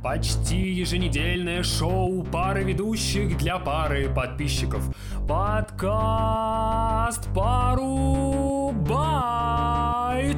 Почти еженедельное шоу пары ведущих для пары подписчиков. Подкаст Парубайт.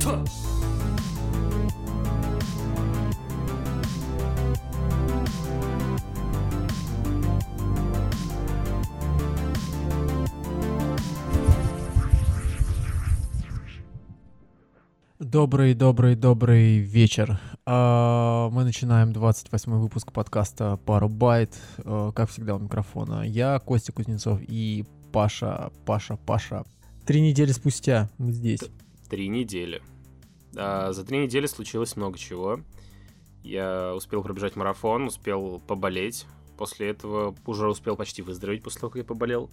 Добрый вечер. Мы начинаем 28-й выпуск подкаста Парубайт. Как всегда, у микрофона я, Костя Кузнецов и Паша. 3 недели спустя мы здесь. 3 недели. За 3 недели случилось много чего. Я успел пробежать марафон, успел поболеть. После этого уже успел почти выздороветь после того, как я поболел.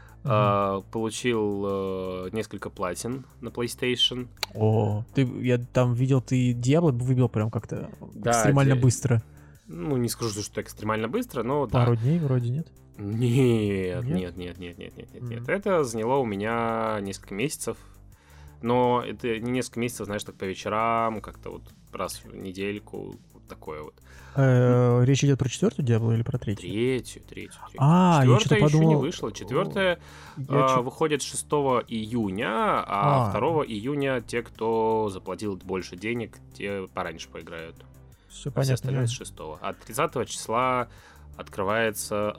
Получил несколько платин на PlayStation. Я там видел, ты Диабло выбил прям как-то экстремально быстро. Ну, не скажу, что экстремально быстро, но Пару дней вроде, нет? Нет. Это заняло у меня несколько месяцев. Но это не несколько месяцев, знаешь, так по вечерам, как-то вот раз в недельку, вот такое вот. Речь идет про 4-ю Диабло или про 3-ю? Третью. Я что-то подумал... еще не вышла. 4-я выходит 6 июня, а 2 июня те, кто заплатил больше денег, те пораньше поиграют. Все понятно. Все остальные с 6. А 30 числа открывается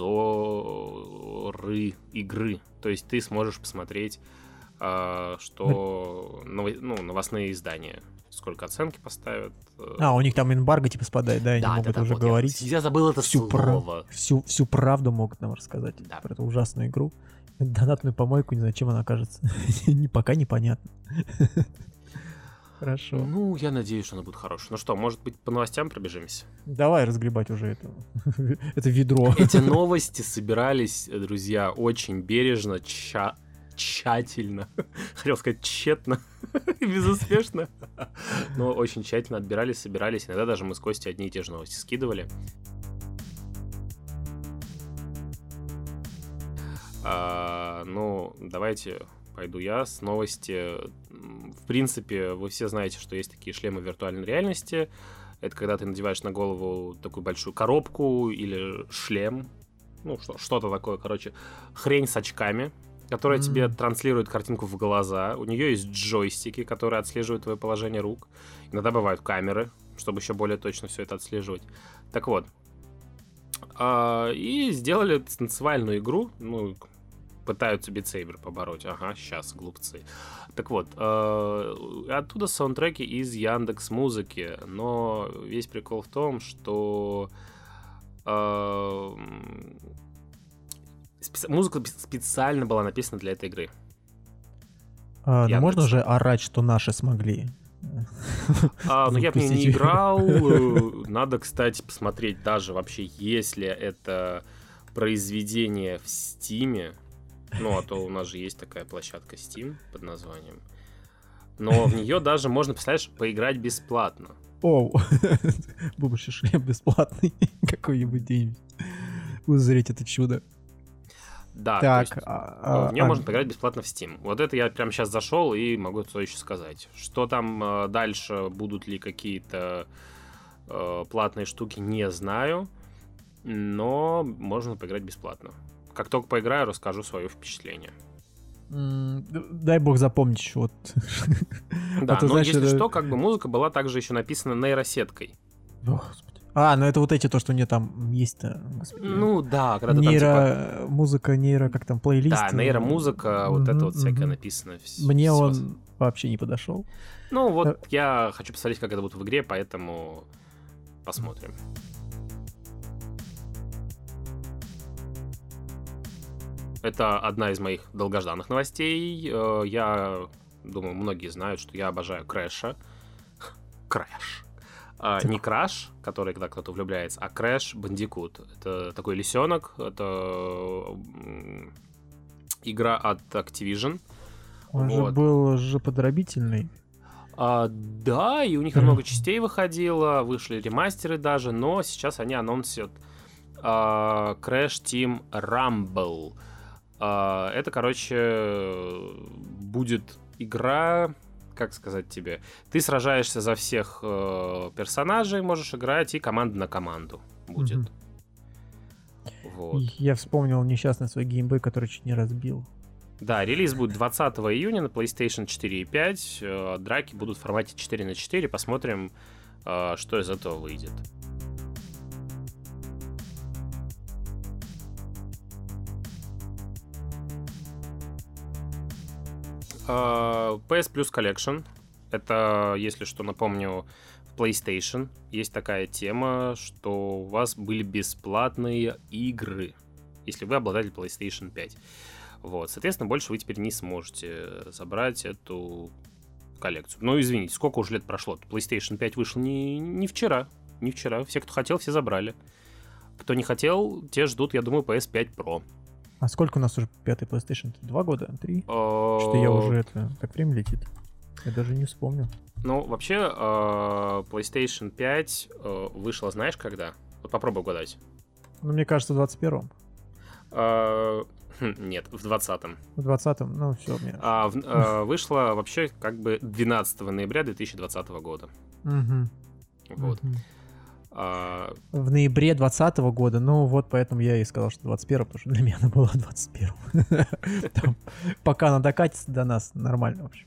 обзоры игры. То есть ты сможешь посмотреть, что новостные издания, сколько оценки поставят. У них там эмбарго типа спадает, да, они могут уже говорить. Я забыл это слово. Всю правду могут нам рассказать про эту ужасную игру. Донатную помойку, не знаю, чем она окажется. Пока непонятно. Хорошо. Ну, я надеюсь, что она будет хорошая. Ну что, может быть, по новостям пробежимся? Давай разгребать уже это ведро. Эти новости собирались, друзья, очень бережно, тщательно, хотел сказать тщетно и безуспешно, но очень тщательно отбирались, собирались. Иногда даже мы с Костей одни и те же новости скидывали. Давайте пойду я с новости. В принципе, вы все знаете, что есть такие шлемы виртуальной реальности. Это когда ты надеваешь на голову такую большую коробку или шлем, что-то такое, хрень с очками, которая тебе транслирует картинку в глаза. У нее есть джойстики, которые отслеживают твое положение рук. Иногда бывают камеры, чтобы еще более точно все это отслеживать. Так вот. И сделали танцевальную игру. Пытаются Beat Saber побороть. Ага, сейчас, глупцы. Так вот, оттуда саундтреки из Яндекс.Музыки. Но весь прикол в том, что... музыка специально была написана для этой игры. Можно же орать, что наши смогли? Я в нее не играл. Надо, кстати, посмотреть даже вообще, если это произведение в Стиме. А то у нас же есть такая площадка Steam под названием. Но в нее даже можно, представляешь, поиграть бесплатно. Бубочный шлем бесплатный. Какой-нибудь день. Узреть это чудо. Да, то есть в нее можно поиграть бесплатно в Steam. Вот это я прямо сейчас зашел и могу что еще сказать. Что там дальше, будут ли какие-то платные штуки, не знаю. Но можно поиграть бесплатно. Как только поиграю, расскажу свое впечатление. Дай бог запомнить еще. Да, но если что, музыка была также еще написана нейросеткой. Это вот эти, то, что у нее там есть-то, господи. Да, когда музыка, как там, плейлист. Да, нейромузыка, вот это вот всякое написано. Мне он вообще не подошел. Я хочу посмотреть, как это будет в игре, поэтому посмотрим. Это одна из моих долгожданных новостей. Я думаю, многие знают, что я обожаю Крэша. Крэш. Не Краш, который когда кто-то влюбляется, а Crash Bandicoot. Это такой лисенок. Это игра от Activision. Он же был подробительный. Да, и у них много частей выходило. Вышли ремастеры даже. Но сейчас они анонсят Crash Team Rumble. Это, будет игра как сказать тебе, ты сражаешься за всех персонажей, можешь играть, и команда на команду будет. Вот. Я вспомнил несчастный свой геймбой, который чуть не разбил. Да, релиз будет 20 июня на PlayStation 4 и 5. Драки будут в формате 4:4. Посмотрим, что из этого выйдет. PS Plus Collection. Это, если что, напомню, в PlayStation есть такая тема, что у вас были бесплатные игры, если вы обладатель PlayStation 5. Вот, соответственно, больше вы теперь не сможете забрать эту коллекцию. Ну, извините, сколько уже лет прошло? PlayStation 5 вышел не вчера. Не вчера. Все, кто хотел, все забрали. Кто не хотел, те ждут, я думаю, PS5 Pro. А сколько у нас уже пятый PlayStation? 2 года? 3? Что я уже как время летит. Я даже не вспомню. Ну, вообще, PlayStation 5 вышла, знаешь, когда? Вот попробуй угадать. Ну, мне кажется, в 21-м. Нет, в 20-м. В 20-м? Ну, все. Вышла вообще как бы 12 ноября 2020 года. Вот. В ноябре 2020 года, ну вот поэтому я и сказал, что 21, потому что для меня она была 21. Пока она докатится до нас, нормально, в общем.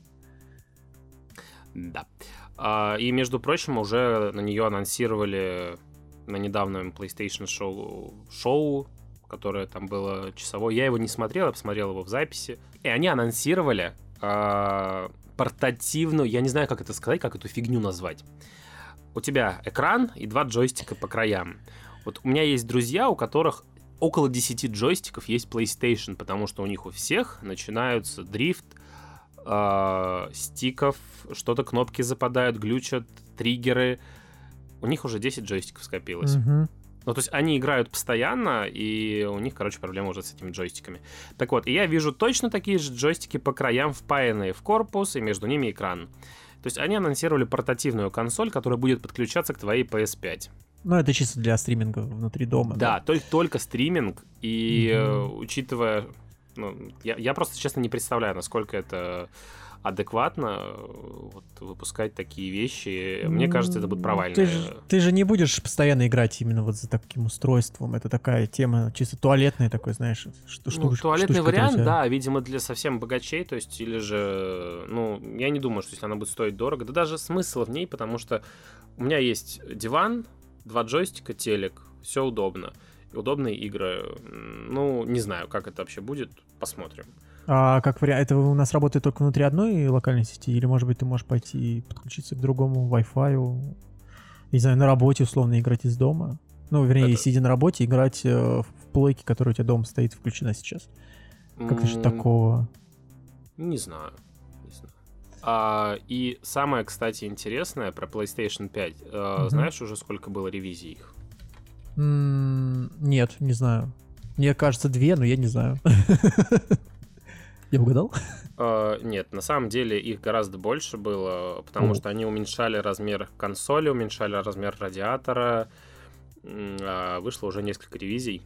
Да. И, между прочим, уже на нее анонсировали на недавнем PlayStation шоу, которое там было часовое. Я его не смотрел, я посмотрел его в записи. И они анонсировали портативную, я не знаю, как это сказать, как эту фигню назвать. У тебя экран и 2 джойстика по краям. Вот у меня есть друзья, у которых около 10 джойстиков есть PlayStation, потому что у них у всех начинаются дрифт, стиков, что-то кнопки западают, глючат, триггеры. У них уже 10 джойстиков скопилось. Ну, то есть они играют постоянно, и у них, короче, проблема уже с этими джойстиками. Так вот, и я вижу точно такие же джойстики по краям, впаянные в корпус, и между ними экран. То есть они анонсировали портативную консоль, которая будет подключаться к твоей PS5. Ну, это чисто для стриминга внутри дома. Да, только стриминг. И учитывая... Ну, я просто, честно, не представляю, насколько это адекватно вот, выпускать такие вещи. Мне кажется, это будет провально. Ты же не будешь постоянно играть именно вот за таким устройством. Это такая тема чисто туалетная такой, знаешь. Туалетный вариант, да, видимо, для совсем богачей. То есть, или же... Ну, я не думаю, что если она будет стоить дорого. Да даже смысл в ней, потому что у меня есть диван, 2 джойстика, телек. Все удобно. Удобные игры. Ну, не знаю, как это вообще будет. Посмотрим. А как вариант, это у нас работает только внутри одной локальной сети? Или, может быть, ты можешь пойти и подключиться к другому Wi-Fi? Не знаю, на работе, условно, играть из дома? Ну, вернее, сидя на работе, играть в плойке, которая у тебя дома стоит, включена сейчас. Как-то же такого... Не знаю. И самое, кстати, интересное про PlayStation 5. Знаешь уже, сколько было ревизий их? Нет, не знаю. Мне кажется, 2, но я не знаю. Я угадал? Нет, на самом деле их гораздо больше было, потому что они уменьшали размер консоли, уменьшали размер радиатора. Вышло уже несколько ревизий.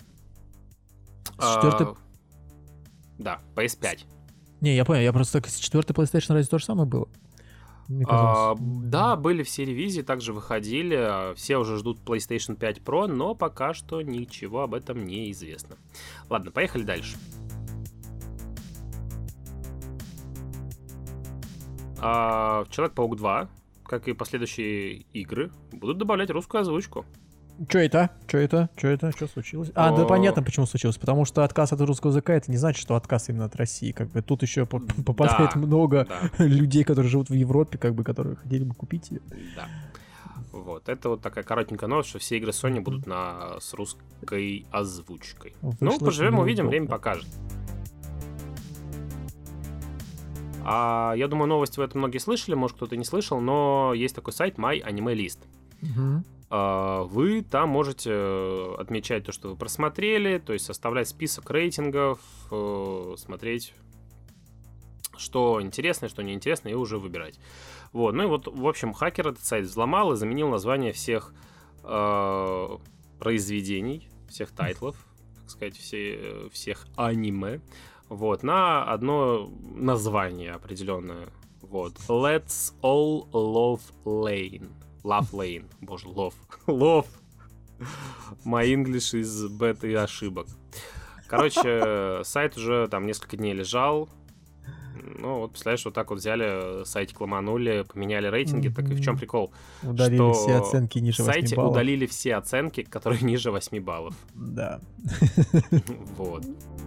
Да, PS5. Не, я понял, я просто с 4-й PlayStation разве то же самое было? Да, были все ревизии, также выходили. Все уже ждут PlayStation 5 Pro, но пока что ничего об этом не известно. Ладно, поехали дальше. Человек-паук 2, как и последующие игры, будут добавлять русскую озвучку. Что это? Что случилось? Да понятно, почему случилось. Потому что отказ от русского языка — это не значит, что отказ именно от России. Как бы тут еще попадает много людей, которые живут в Европе, как бы, которые хотели бы купить ее. Да. Вот. Это вот такая коротенькая новость, что все игры Sony будут с русской озвучкой. Ну, поживем, увидим, время покажет. Я думаю, новость вы это многие слышали, может, кто-то не слышал, но есть такой сайт My Anime List. Вы там можете отмечать то, что вы просмотрели, то есть составлять список рейтингов, смотреть, что интересно, что неинтересно, и уже выбирать. Вот. Ну и вот, в общем, хакер этот сайт взломал и заменил название всех произведений, всех тайтлов, так сказать, всех аниме, вот, на одно название определенное. Вот. Let's all love Lane. Love Lane. Боже, love. Love. My English is bad и ошибок. Короче, сайт уже там несколько дней лежал. Ну, вот, представляешь, вот так вот взяли, сайтик ломанули, поменяли рейтинги. Так и в чем прикол? Удалили что все оценки ниже 8 баллов. В сайте удалили все оценки, которые ниже 8 баллов. Да. Вот.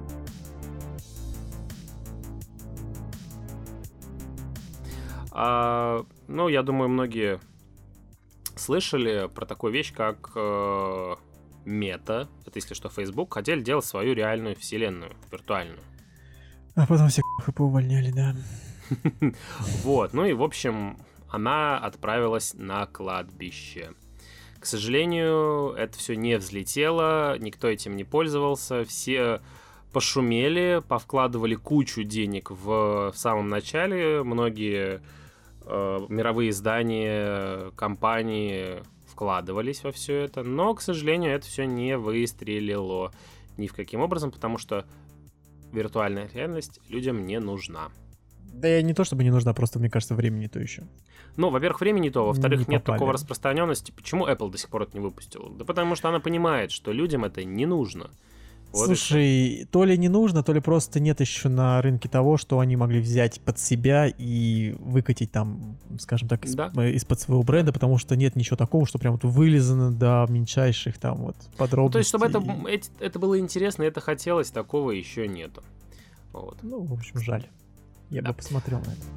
Ну, я думаю, многие слышали про такую вещь, как мета. Это, если что, Facebook. Хотели делать свою реальную вселенную, виртуальную. А потом все поувольняли, да. Вот, ну и, в общем, она отправилась на кладбище. К сожалению, это все не взлетело, никто этим не пользовался, все пошумели, повкладывали кучу денег в самом начале, многие мировые издания, компании вкладывались во все это, но, к сожалению, это все не выстрелило ни в каким образом, потому что виртуальная реальность людям не нужна. Да я не то чтобы не нужна, просто, мне кажется, времени то еще. Ну, во-первых, времени то, во-вторых, Не нет попали. такого распространенности. Почему Apple до сих пор это не выпустила? Да потому что она понимает, что людям это не нужно. Вот Слушай, то ли не нужно, то ли просто нет еще на рынке того, что они могли взять под себя и выкатить там, скажем так, Да. из-под своего бренда, потому что нет ничего такого, что прям вот вылезано до мельчайших там вот подробностей. Ну, то есть, чтобы это было интересно, это хотелось, такого еще нету. Вот. Ну, в общем, жаль. Я Да. бы посмотрел на это.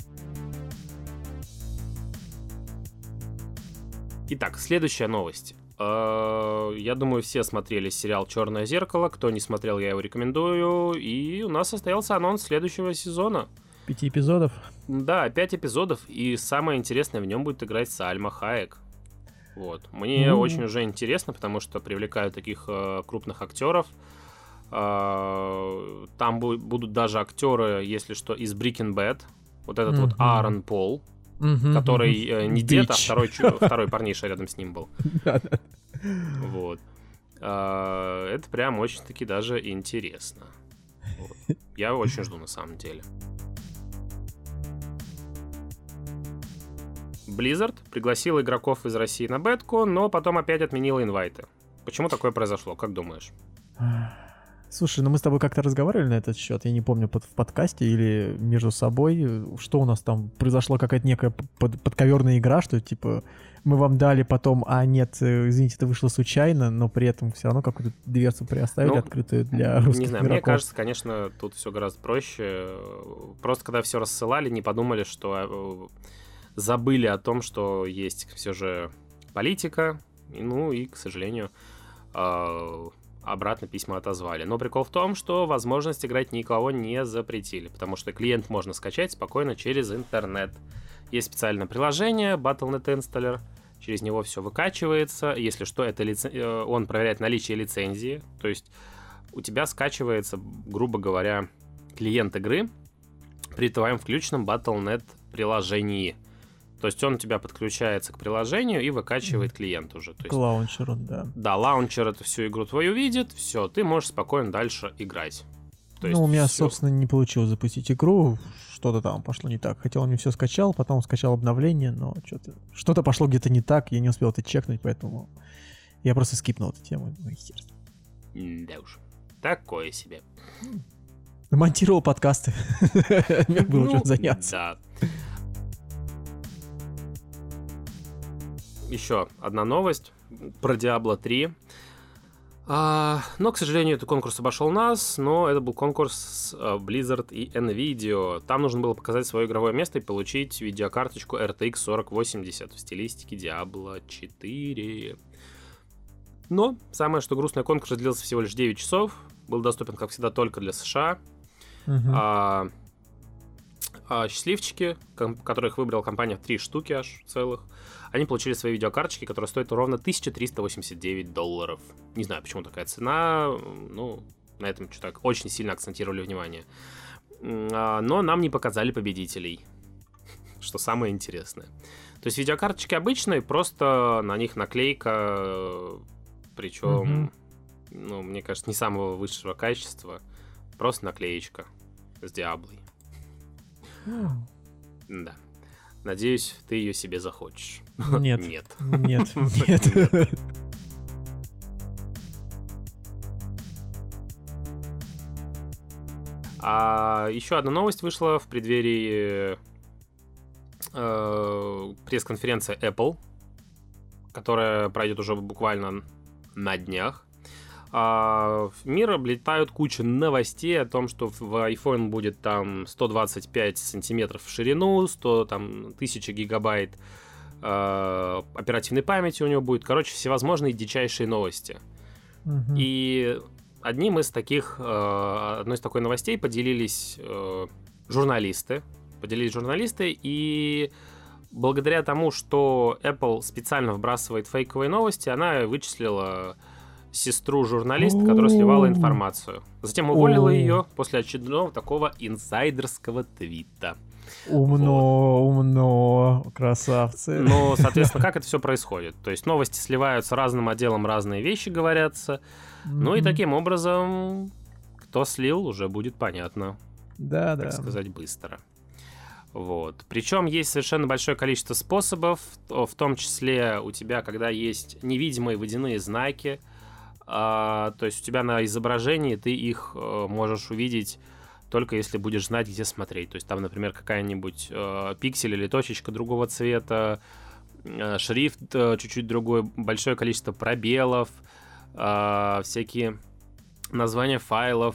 Итак, следующая новость. Я думаю, все смотрели сериал «Черное зеркало». Кто не смотрел, я его рекомендую. И у нас состоялся анонс следующего сезона. 5 эпизодов. Да, 5 эпизодов. И самое интересное, в нем будет играть Сальма Хайек. Вот. Мне очень уже интересно, потому что привлекают таких крупных актеров. Там будут даже актеры, если что, из Breaking Bad. Вот этот вот Аарон Пол, который не дед, а второй парниша рядом с ним был. Вот. Это прям очень-таки даже интересно. Вот. Я очень жду на самом деле. Blizzard пригласила игроков из России на бетку, но потом опять отменила инвайты. Почему такое произошло, как думаешь? Слушай, ну мы с тобой как-то разговаривали на этот счет, я не помню, в подкасте или между собой, что у нас там произошла какая-то некая подковерная игра, что типа мы вам дали потом, а нет, извините, это вышло случайно, но при этом все равно какую-то дверцу приоставили открытую для русских не знаю, игроков. Мне кажется, конечно, тут все гораздо проще. Просто когда все рассылали, не подумали, что забыли о том, что есть все же политика, ну и, к сожалению, обратно письма отозвали. Но прикол в том, что возможность играть никого не запретили, потому что клиент можно скачать спокойно через интернет. Есть специальное приложение Battle.net Installer, через него все выкачивается. Если что, он проверяет наличие лицензии, то есть у тебя скачивается, грубо говоря, клиент игры при твоем включенном Battle.net приложении. То есть он у тебя подключается к приложению и выкачивает клиент уже. То есть, к лаунчеру, да. Да, лаунчер эту всю игру твою видит, все, ты можешь спокойно дальше играть. То есть у меня, всё. собственно, не получилось запустить игру, что-то там пошло не так. Хотел, он мне все скачал, потом скачал обновление, но что-то пошло где-то не так, я не успел это чекнуть, поэтому я просто скипнул эту тему. Ну, хер. Да уж, такое себе. Монтировал подкасты. Мне было чем заняться. Да. Еще одна новость про Diablo 3. Но, к сожалению, этот конкурс обошел нас, но это был конкурс Blizzard и NVIDIA. Там нужно было показать свое игровое место и получить видеокарточку RTX 4080 в стилистике Diablo 4. Но самое, что грустное, конкурс длился всего лишь 9 часов. Был доступен, как всегда, только для США. Счастливчики, которых выбрала компания 3 штуки аж целых, они получили свои видеокарточки, которые стоят ровно $1389. Не знаю, почему такая цена. Ну, на этом что-то очень сильно акцентировали внимание. Но нам не показали победителей. Что самое интересное. То есть видеокарточки обычные, просто на них наклейка, причем, ну, мне кажется, не самого высшего качества. Просто наклеечка с Диаблой. Да. Надеюсь, ты ее себе захочешь. Нет. Нет. Нет. Нет. А еще одна новость вышла в преддверии пресс-конференции Apple, которая пройдет уже буквально на днях. В мир облетают куча новостей о том, что в iPhone будет там 125 сантиметров в ширину, 100 там 1000 гигабайт оперативной памяти у него будет. Короче, всевозможные дичайшие новости. И одной из таких новостей поделились журналисты. И благодаря тому, что Apple специально вбрасывает фейковые новости, она вычислила сестру журналиста, которая сливала информацию. Затем уволила ее после очередного такого инсайдерского твита. Умно, красавцы. Но, соответственно, как это все происходит? То есть новости сливаются разным отделом, разные вещи говорятся. Ну и таким образом, кто слил, уже будет понятно. Да. Так сказать, быстро. Вот. Причем есть совершенно большое количество способов, в том числе у тебя, когда есть невидимые водяные знаки, то есть у тебя на изображении ты их можешь увидеть только если будешь знать, где смотреть. То есть там, например, какая-нибудь пиксель или точечка другого цвета, шрифт чуть-чуть другой, большое количество пробелов, всякие названия файлов,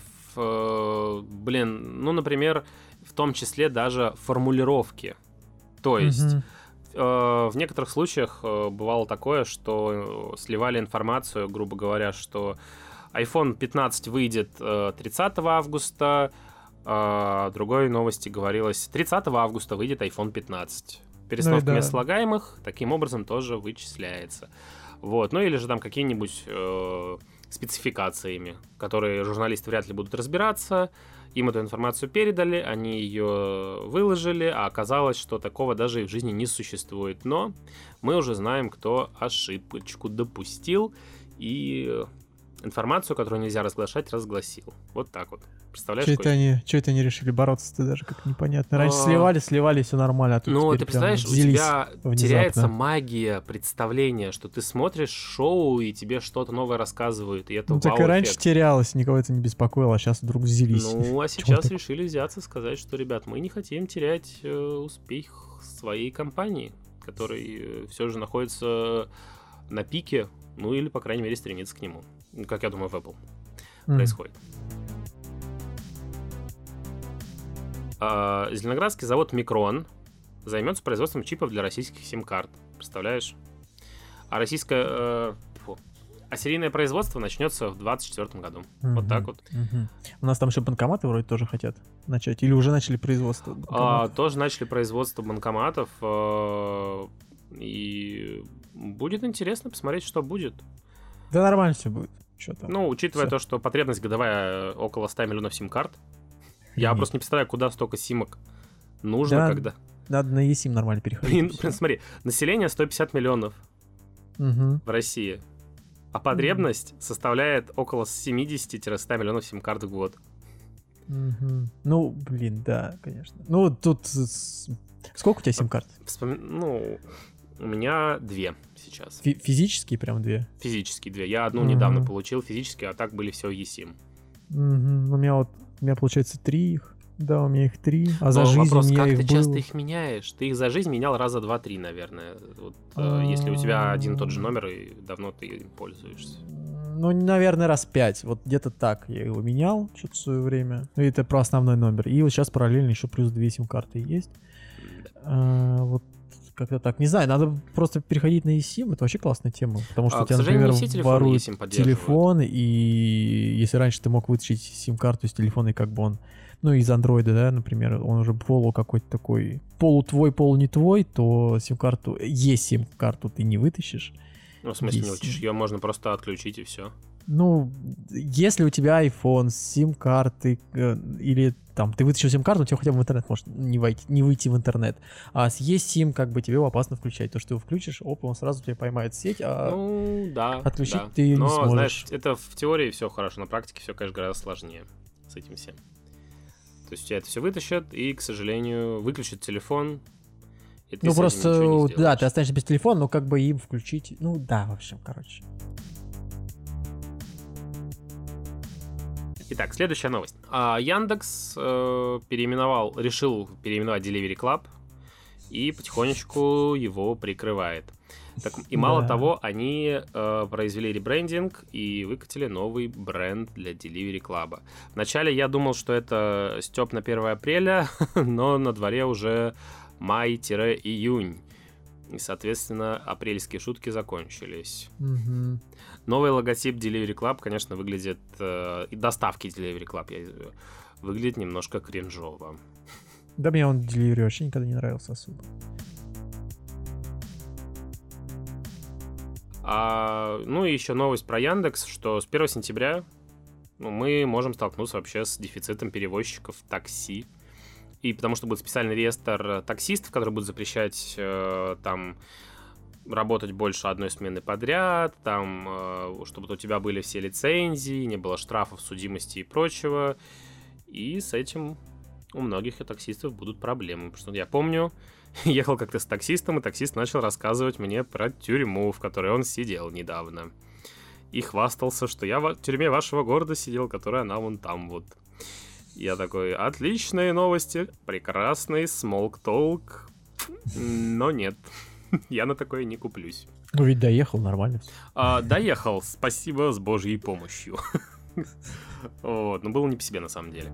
например, в том числе даже формулировки. То есть в некоторых случаях бывало такое, что сливали информацию, грубо говоря, что iPhone 15 выйдет 30 августа, а в другой новости говорилось 30 августа выйдет iPhone 15. Перестановка мест слагаемых таким образом тоже вычисляется. Вот. Ну или же там какие-нибудь спецификациями, которые журналисты вряд ли будут разбираться. Им эту информацию передали, они ее выложили, а оказалось, что такого даже и в жизни не существует. Но мы уже знаем, кто ошибочку допустил и информацию, которую нельзя разглашать, разгласил. Вот так вот. Представляешь? Что это они решили бороться-то даже как непонятно. Раньше сливали, все нормально, а тут ну, ты представляешь, у тебя теряется магия представления, что ты смотришь шоу, и тебе что-то новое рассказывают, и это так и раньше терялось, никого это не беспокоило, а сейчас вдруг взялись. Ну, а сейчас решили взяться, сказать, что, ребят, мы не хотим терять успех своей компании, который все же находится на пике, ну или, по крайней мере, стремится к нему. Как я думаю, в Apple происходит. Зеленоградский завод Micron займется производством чипов для российских сим-карт. Представляешь? А серийное производство начнется в 2024 году. Вот так вот. У нас там еще банкоматы вроде тоже хотят начать. Или уже начали производство банкоматов? Тоже начали производство банкоматов. И будет интересно посмотреть, что будет. Да нормально все будет. Ну, учитывая то, что потребность годовая около 100 миллионов сим-карт, я просто не представляю, куда столько симок нужно, когда... Надо на eSIM нормально переходить. Смотри, население 150 миллионов в России, а потребность составляет около 70-100 миллионов сим-карт в год. Ну, блин, да, конечно. Ну, тут... Сколько у тебя сим-карт? Ну, у меня 2 сейчас. Физические прям 2? Физические 2. Я одну недавно получил физически, а так были все eSIM. У меня получается 3 их. Да, у меня их 3. А за жизнь вопрос, у меня как их ты было... часто их меняешь? Ты их за жизнь менял раза 2-3, наверное. Вот, если у тебя один и тот же номер, и давно ты им пользуешься. Ну, наверное, раз 5. Вот где-то так я его менял что-то в свое время. И это про основной номер. И вот сейчас параллельно еще плюс 2 сим-карты есть. Вот как-то так. Не знаю, надо просто переходить на eSIM. Это вообще классная тема. Потому что у тебя, например, воруют телефон, и если раньше ты мог вытащить сим-карту из телефона, и как бы он, ну, из андроида, да, например, он уже полу какой-то такой, полу твой, полу не твой, то сим-карту, eSIM-карту ты не вытащишь. Ну, в смысле не вытащишь? Ее можно просто отключить, и все. Ну, если у тебя iPhone с сим-картой, или там ты вытащил сим-карту, у тебя хотя бы в интернет может не выйти в интернет. А с eSIM как бы тебе опасно включать. То, что ты его включишь, он сразу тебя поймает сеть, а отключить ты ее не сможешь. Знаешь, это в теории все хорошо, на практике все, конечно, гораздо сложнее с этим всем. То То есть у тебя это все вытащат и, к сожалению, выключат телефон. И ты Ну с этим ничего не просто, да, сделаешь. ты останешься без телефона, но как бы им включить. Ну да, в общем, короче. Итак, следующая новость. Яндекс решил переименовать Delivery Club и потихонечку его прикрывает. Так, и мало Да. того, они произвели ребрендинг и выкатили новый бренд для Delivery Club. Вначале я думал, что это стёб на 1 апреля, но на дворе уже май-июнь. И, соответственно, апрельские шутки закончились. Мгм. Новый логотип Delivery Club, конечно, выглядит... и доставки Delivery Club выглядит немножко кринжово. Да мне он Delivery вообще никогда не нравился особо. Ну и еще новость про Яндекс, что с 1 сентября мы можем столкнуться вообще с дефицитом перевозчиков такси. И потому что будет специальный реестр таксистов, который будет запрещать там работать больше одной смены подряд, там, чтобы у тебя были все лицензии, не было штрафов, судимости и прочего. И с этим у многих таксистов будут проблемы. Потому что я помню, ехал как-то с таксистом, и таксист начал рассказывать мне про тюрьму, в которой он сидел недавно. И хвастался, что я в тюрьме вашего города сидел, которая она вон там вот. Я такой, отличные новости, прекрасный small talk, но нет, я на такое не куплюсь. Ну ведь доехал, нормально все. Доехал, спасибо, с божьей помощью. Вот, но было не по себе на самом деле.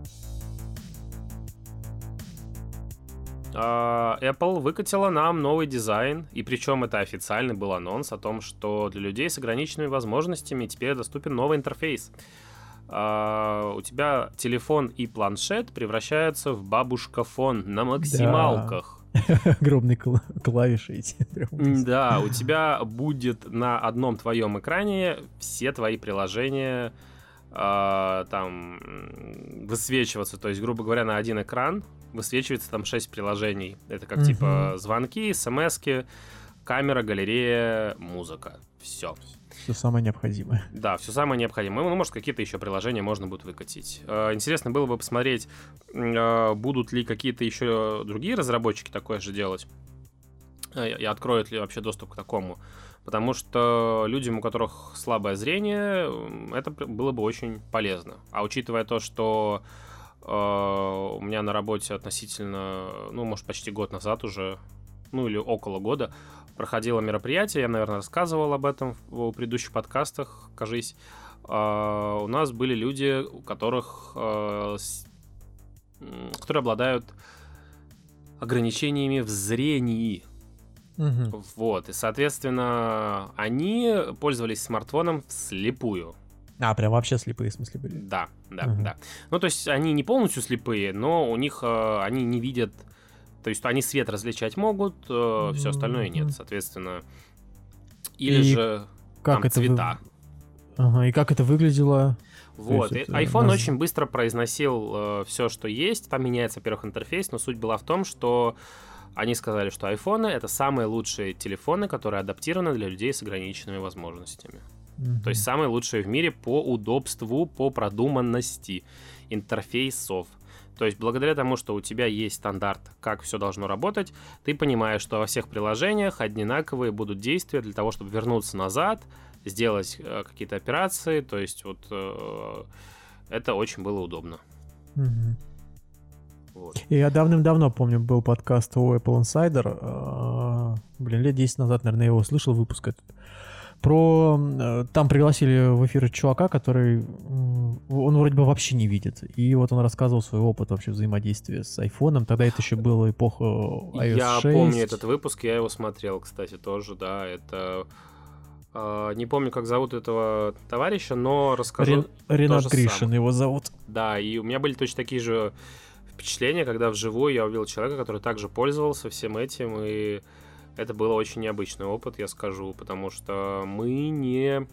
Apple выкатила нам новый дизайн, и причем это официальный был анонс о том, что для людей с ограниченными возможностями теперь доступен новый интерфейс. У тебя телефон и планшет превращаются в бабушкафон на максималках. Огромные клавиши эти. Да, у тебя будет на одном твоем экране все твои приложения там высвечиваться. То есть, грубо говоря, на один экран высвечивается там 6 приложений. Это как типа звонки, смски, камера, галерея, музыка. Все. Все самое необходимое. Да, все самое необходимое. Ну, может, какие-то еще приложения можно будет выкатить. Интересно было бы посмотреть, будут ли какие-то еще другие разработчики такое же делать. И откроют ли вообще доступ к такому. Потому что людям, у которых слабое зрение, это было бы очень полезно. А учитывая то, что у меня на работе относительно, ну, может, почти год назад уже, ну, или около года, проходило мероприятие, я, наверное, рассказывал об этом в предыдущих подкастах, кажись. У нас были люди, у которых, которые обладают ограничениями в зрении. Вот, и, соответственно, они пользовались смартфоном вслепую. Прям вообще слепые, в смысле, были? Да. Ну, то есть они не полностью слепые, но у них они не видят. То есть они свет различать могут, все остальное нет, соответственно. Или же как там это цвета. И как это выглядело? Вот, и iPhone очень быстро произносил все, что есть. Там меняется, во-первых, интерфейс, но суть была в том, что они сказали, что iPhone — это самые лучшие телефоны, которые адаптированы для людей с ограниченными возможностями. То есть самые лучшие в мире по удобству, по продуманности интерфейсов. То есть благодаря тому, что у тебя есть стандарт, как все должно работать, ты понимаешь, что во всех приложениях одинаковые будут действия для того, чтобы вернуться назад, сделать какие-то операции. То есть вот это очень было удобно. Вот. Я давным-давно, помню, был подкаст у Apple Insider. Лет 10 назад, наверное, я его слышал, выпуск этот. Там пригласили в эфир чувака, который... Он вроде бы вообще не видит. И вот он рассказывал свой опыт вообще взаимодействия с айфоном. Тогда это еще была эпоха iOS 6. Я помню этот выпуск, я его смотрел, кстати, тоже, да. Это... Не помню, как зовут этого товарища, но расскажу. Ренат Гришин его зовут. Да, и у меня были точно такие же впечатления, когда вживую я увидел человека, который также пользовался всем этим, и это был очень необычный опыт, я скажу, потому что мы не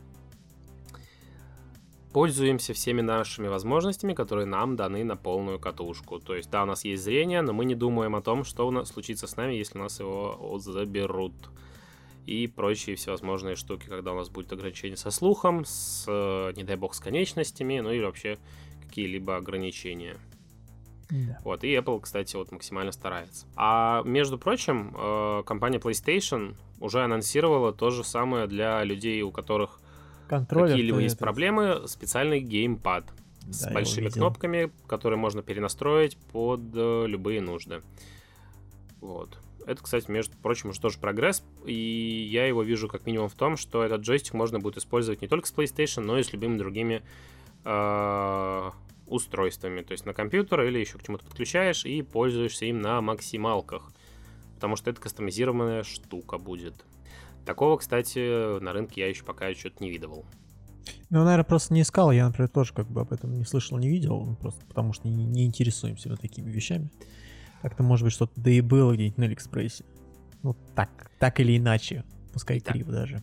пользуемся всеми нашими возможностями, которые нам даны на полную катушку. То есть, да, у нас есть зрение, но мы не думаем о том, что у нас случится с нами, если у нас его заберут. И прочие всевозможные штуки, когда у нас будет ограничение со слухом, с, не дай бог, с конечностями, ну или вообще какие-либо ограничения. Да. Вот, и Apple, кстати, вот максимально старается. А между прочим, компания PlayStation уже анонсировала то же самое для людей, у которых какие-либо есть проблемы, специальный геймпад с большими кнопками, которые можно перенастроить под любые нужды. Вот. Это, кстати, между прочим, уже тоже прогресс, и я его вижу как минимум в том, что этот джойстик можно будет использовать не только с PlayStation, но и с любыми другими устройствами. То есть на компьютер или еще к чему-то подключаешь и пользуешься им на максималках, потому что это кастомизированная штука будет. Такого, кстати, на рынке я еще пока что-то не видывал. Ну, наверное, просто не искал. Я, например, тоже как бы об этом не слышал, не видел, просто потому что не интересуемся вот такими вещами. Как-то, может быть, что-то да и было где-нибудь на Алиэкспрессе. Ну, так или иначе. Пускай криво даже.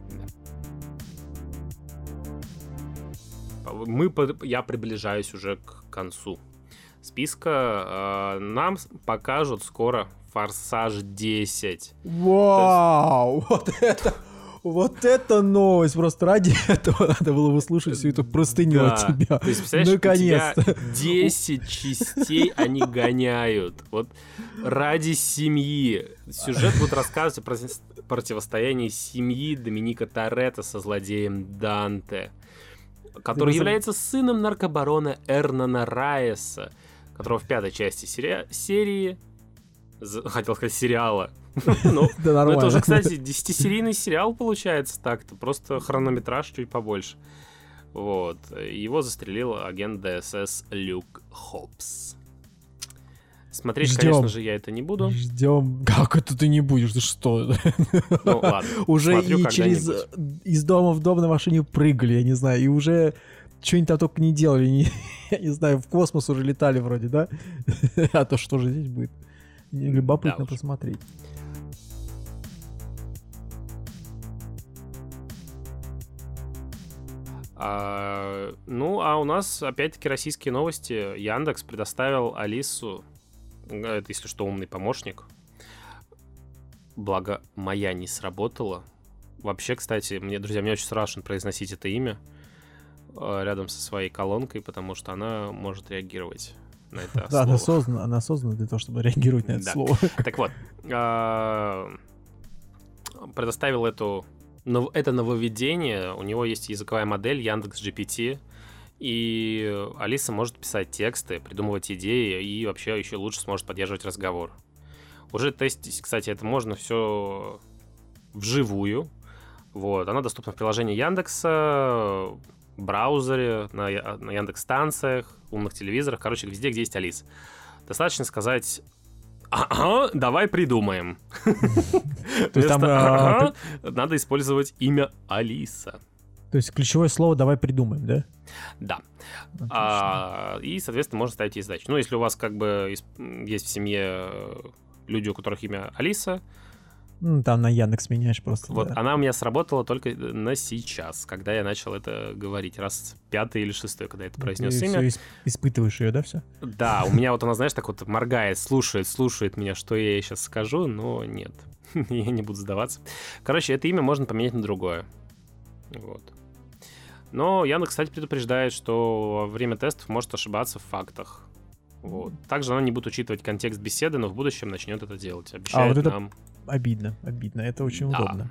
Я приближаюсь уже к концу списка. Нам покажут скоро «Форсаж 10». Вау! Вот это новость! Просто ради этого надо было выслушать всю эту простыню от тебя. То есть, представляешь, наконец-то. у тебя 10 частей они гоняют. Вот ради семьи. Сюжет будет рассказывать о противостоянии семьи Доминика Торетто со злодеем Данте, который является сыном наркобарона Эрнана Райеса, которого в 5-й части серии... Хотел сказать сериала. Ну, это уже, кстати, 10-серийный сериал получается так-то. Просто хронометраж чуть побольше. Вот. Его застрелил агент ДСС Люк Хопс. Смотреть, конечно же, я это не буду. Ждем. Как это ты не будешь? Ты что? Ну, ладно. Уже и из дома в дом на машине прыгали, я не знаю, и уже что-нибудь там только не делали. Я не знаю, в космос уже летали вроде, да? А то что же здесь будет? Любопытно посмотреть. А у нас опять-таки российские новости. Яндекс предоставил Алису, это, если что, умный помощник. Благо, моя не сработала. Вообще, кстати, друзья, мне очень страшно произносить это имя рядом со своей колонкой, потому что она может реагировать на это слово. Да, она создана для того, чтобы реагировать на это слово. Так вот, предоставил это нововведение. У него есть языковая модель Яндекс.GPT, и Алиса может писать тексты, придумывать идеи и вообще еще лучше сможет поддерживать разговор. Уже тестить, кстати, это можно все вживую. Вот. Она доступна в приложении Яндекса, в браузере, на Яндекс-станциях, умных телевизорах, короче, везде, где есть Алиса. Достаточно сказать: «Ага, давай придумаем». То есть надо использовать имя Алиса. То есть ключевое слово «давай придумаем», да? Да. И, соответственно, можно ставить ей задачи. Ну, если у вас как бы есть в семье люди, у которых имя Алиса, там на Яндекс меняешь просто. Вот, да. Она у меня сработала только на сейчас, когда я начал это говорить. Раз 5-й или 6-й, когда я это произнес имя. Ты испытываешь ее, да, все? Да, у меня вот она, знаешь, так вот моргает, слушает меня, что я ей сейчас скажу, но нет, я не буду сдаваться. Короче, это имя можно поменять на другое. Вот. Но Яндекс, кстати, предупреждает, что во время тестов может ошибаться в фактах. Вот. Также она не будет учитывать контекст беседы, но в будущем начнет это делать. Обещает вот это нам... Обидно. Это очень удобно.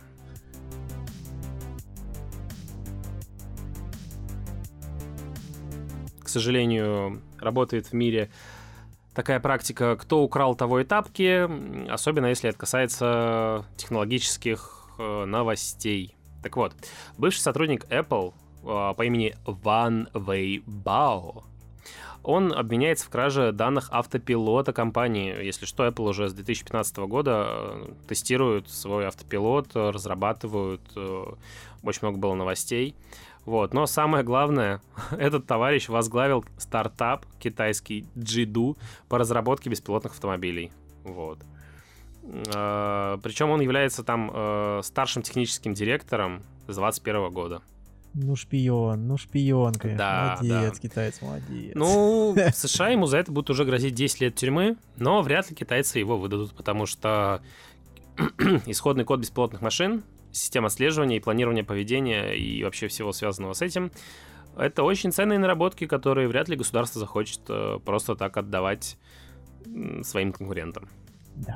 К сожалению, работает в мире такая практика: кто украл, того и тапки, особенно если это касается технологических новостей. Так вот, бывший сотрудник Apple по имени Ван Вэйбао, он обвиняется в краже данных автопилота компании. Если что, Apple уже с 2015 года тестирует свой автопилот, разрабатывают. Очень много было новостей. Вот. Но самое главное, этот товарищ возглавил стартап китайский Jidu по разработке беспилотных автомобилей. Вот. Причем он является там старшим техническим директором с 2021 года. Ну, шпион, конечно. Да, молодец, да. Китаец, молодец. Ну, в США ему за это будет уже грозить 10 лет тюрьмы, но вряд ли китайцы его выдадут, потому что исходный код беспилотных машин, система отслеживания и планирования поведения и вообще всего связанного с этим это очень ценные наработки, которые вряд ли государство захочет просто так отдавать своим конкурентам. Да.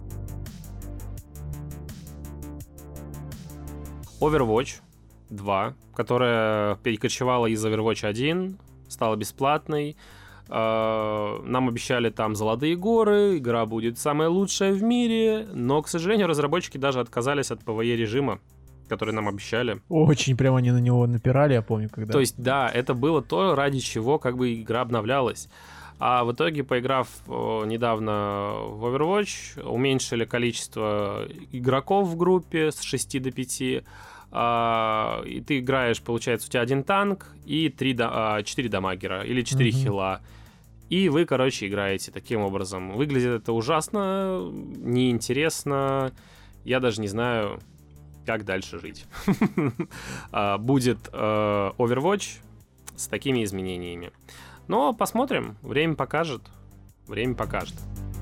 Overwatch 2, которая перекочевала из Overwatch 1, стала бесплатной. Нам обещали там золотые горы, игра будет самая лучшая в мире, но, к сожалению, разработчики даже отказались от PvE-режима, который нам обещали. Очень прямо они на него напирали, я помню, когда... То есть, да, это было то, ради чего как бы игра обновлялась. А в итоге, поиграв недавно в Overwatch, уменьшили количество игроков в группе с 6 до 5, и ты играешь, получается, у тебя один танк и 4 дамагера или 4 хила. И вы, короче, играете таким образом. Выглядит это ужасно, неинтересно. Я даже не знаю, как дальше жить. Будет Overwatch с такими изменениями. Но посмотрим, время покажет. Время покажет.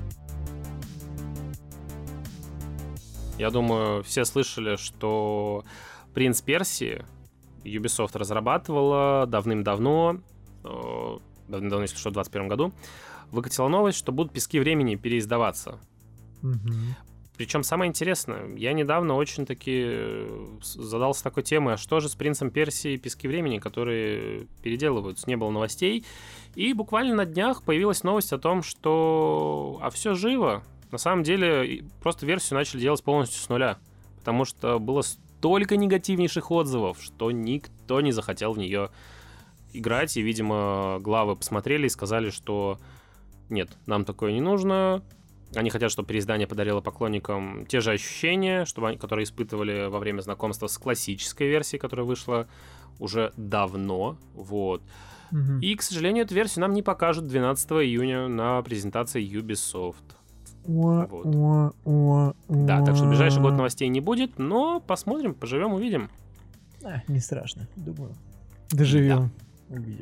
Я думаю, все слышали, что «Принц Персии» Ubisoft разрабатывала давным-давно, если что, в 2021 году, выкатила новость, что будут «Пески времени» переиздаваться. Причем самое интересное, я недавно очень-таки задался такой темой, а что же с «Принцем Персии» и «Пески времени», которые переделываются, не было новостей. И буквально на днях появилась новость о том, что все живо. На самом деле, просто версию начали делать полностью с нуля, потому что было столько негативнейших отзывов, что никто не захотел в нее играть, и, видимо, главы посмотрели и сказали, что нет, нам такое не нужно. Они хотят, чтобы переиздание подарило поклонникам те же ощущения, которые испытывали во время знакомства с классической версией, которая вышла уже давно. Вот. И, к сожалению, эту версию нам не покажут 12 июня на презентации Ubisoft. Вот. Да, так что в ближайший год новостей не будет, но посмотрим, поживем, увидим. Не страшно, думаю. Доживем, увидим.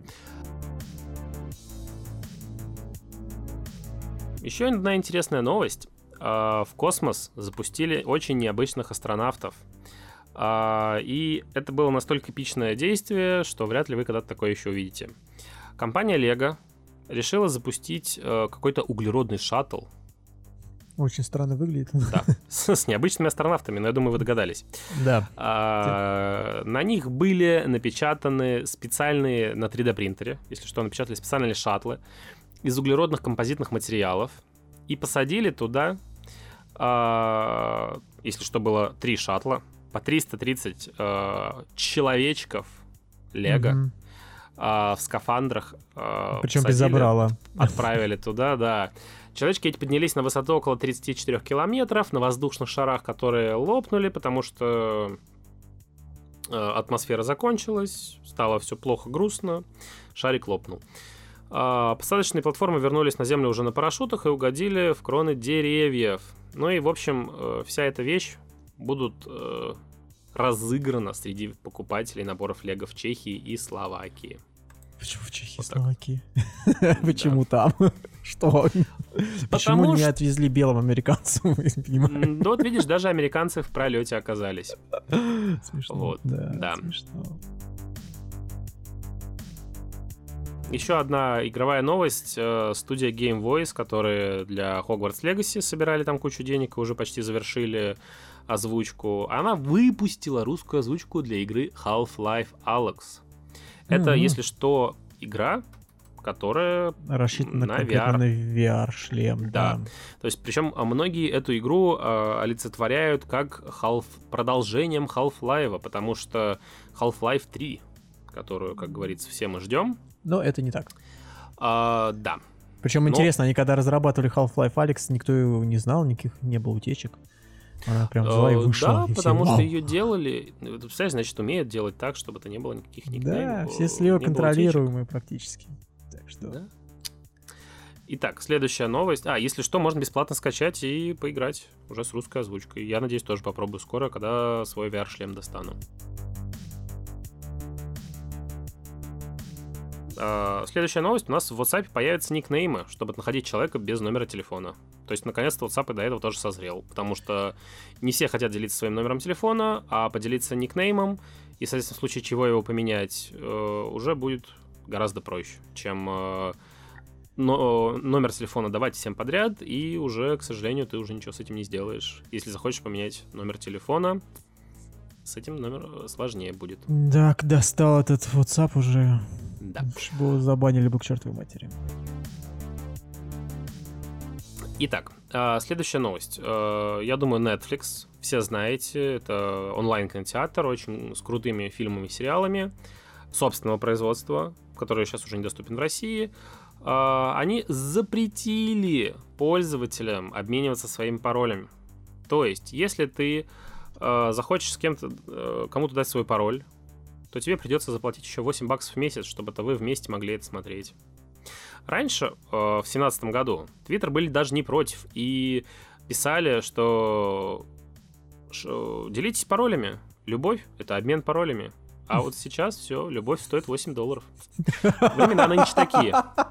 Еще одна интересная новость. В космос запустили очень необычных астронавтов. И это было настолько эпичное действие, что вряд ли вы когда-то такое еще увидите. Компания Lego решила запустить какой-то углеродный шаттл. Очень странно выглядит. Да, с необычными астронавтами, но я думаю, вы догадались. Да. На них были напечатаны специальные, на 3D принтере, если что, напечатали специальные шаттлы из углеродных композитных материалов и посадили туда, если что, было 3 шаттла, по 330 человечков Лего в скафандрах. Причем без забрала. Отправили туда, да. Человечки эти поднялись на высоту около 34 километров на воздушных шарах, которые лопнули, потому что атмосфера закончилась, стало все плохо, грустно, шарик лопнул. Посадочные платформы вернулись на Землю уже на парашютах и угодили в кроны деревьев. Ну и, в общем, вся эта вещь будут разыграна среди покупателей наборов Лего в Чехии и Словакии. Почему в Чехии и Словакии? Почему там? Что? Почему не отвезли белым американцам? Ну вот видишь, даже американцы в пролете оказались. Смешно. Да, смешно. Еще одна игровая новость. Студия Game Voice, которые для Hogwarts Legacy собирали там кучу денег и уже почти завершили озвучку. Она выпустила русскую озвучку для игры Half-Life Alyx. Это, если что, игра, которая рассчитана на VR. На VR-шлем, да. То есть, причем многие эту игру олицетворяют как продолжением Half-Life, потому что Half-Life 3, которую, как говорится, все мы ждем. Но это не так. Да. Причем интересно, они когда разрабатывали Half-Life Alyx, никто его не знал, никаких не было утечек. Она прям взяла и вышла. Да, потому что ее делали... Ты представляешь, значит, умеют делать так, чтобы это не было никаких никнеймов. Да, все слева контролируемые практически. Так что... Да. Итак, следующая новость. Если что, можно бесплатно скачать и поиграть уже с русской озвучкой. Я надеюсь, тоже попробую скоро, когда свой VR-шлем достану. Следующая новость. У нас в WhatsApp появятся никнеймы, чтобы находить человека без номера телефона. То есть, наконец-то, WhatsApp и до этого тоже созрел. Потому что не все хотят делиться своим номером телефона, а поделиться никнеймом И, соответственно, в случае чего его поменять уже будет гораздо проще, чем номер телефона давать всем подряд, и уже, к сожалению, ты уже ничего с этим не сделаешь. Если захочешь поменять номер телефона, с этим номер сложнее будет. Да, достал этот WhatsApp уже. Да. Его забанили бы к чертовой матери. Итак, следующая новость. Я думаю, Netflix, все знаете, это онлайн-кинотеатр, очень с крутыми фильмами и сериалами собственного производства, который сейчас уже недоступен в России. Они запретили пользователям обмениваться своими паролями. То есть, если ты захочешь с кому-то дать свой пароль, то тебе придется заплатить еще $8 в месяц, чтобы вы вместе могли это смотреть. Раньше, в 2017 году, Twitter были даже не против и писали, что делитесь паролями. Любовь — это обмен паролями. А вот сейчас все, любовь стоит $8. Времена нынче такие.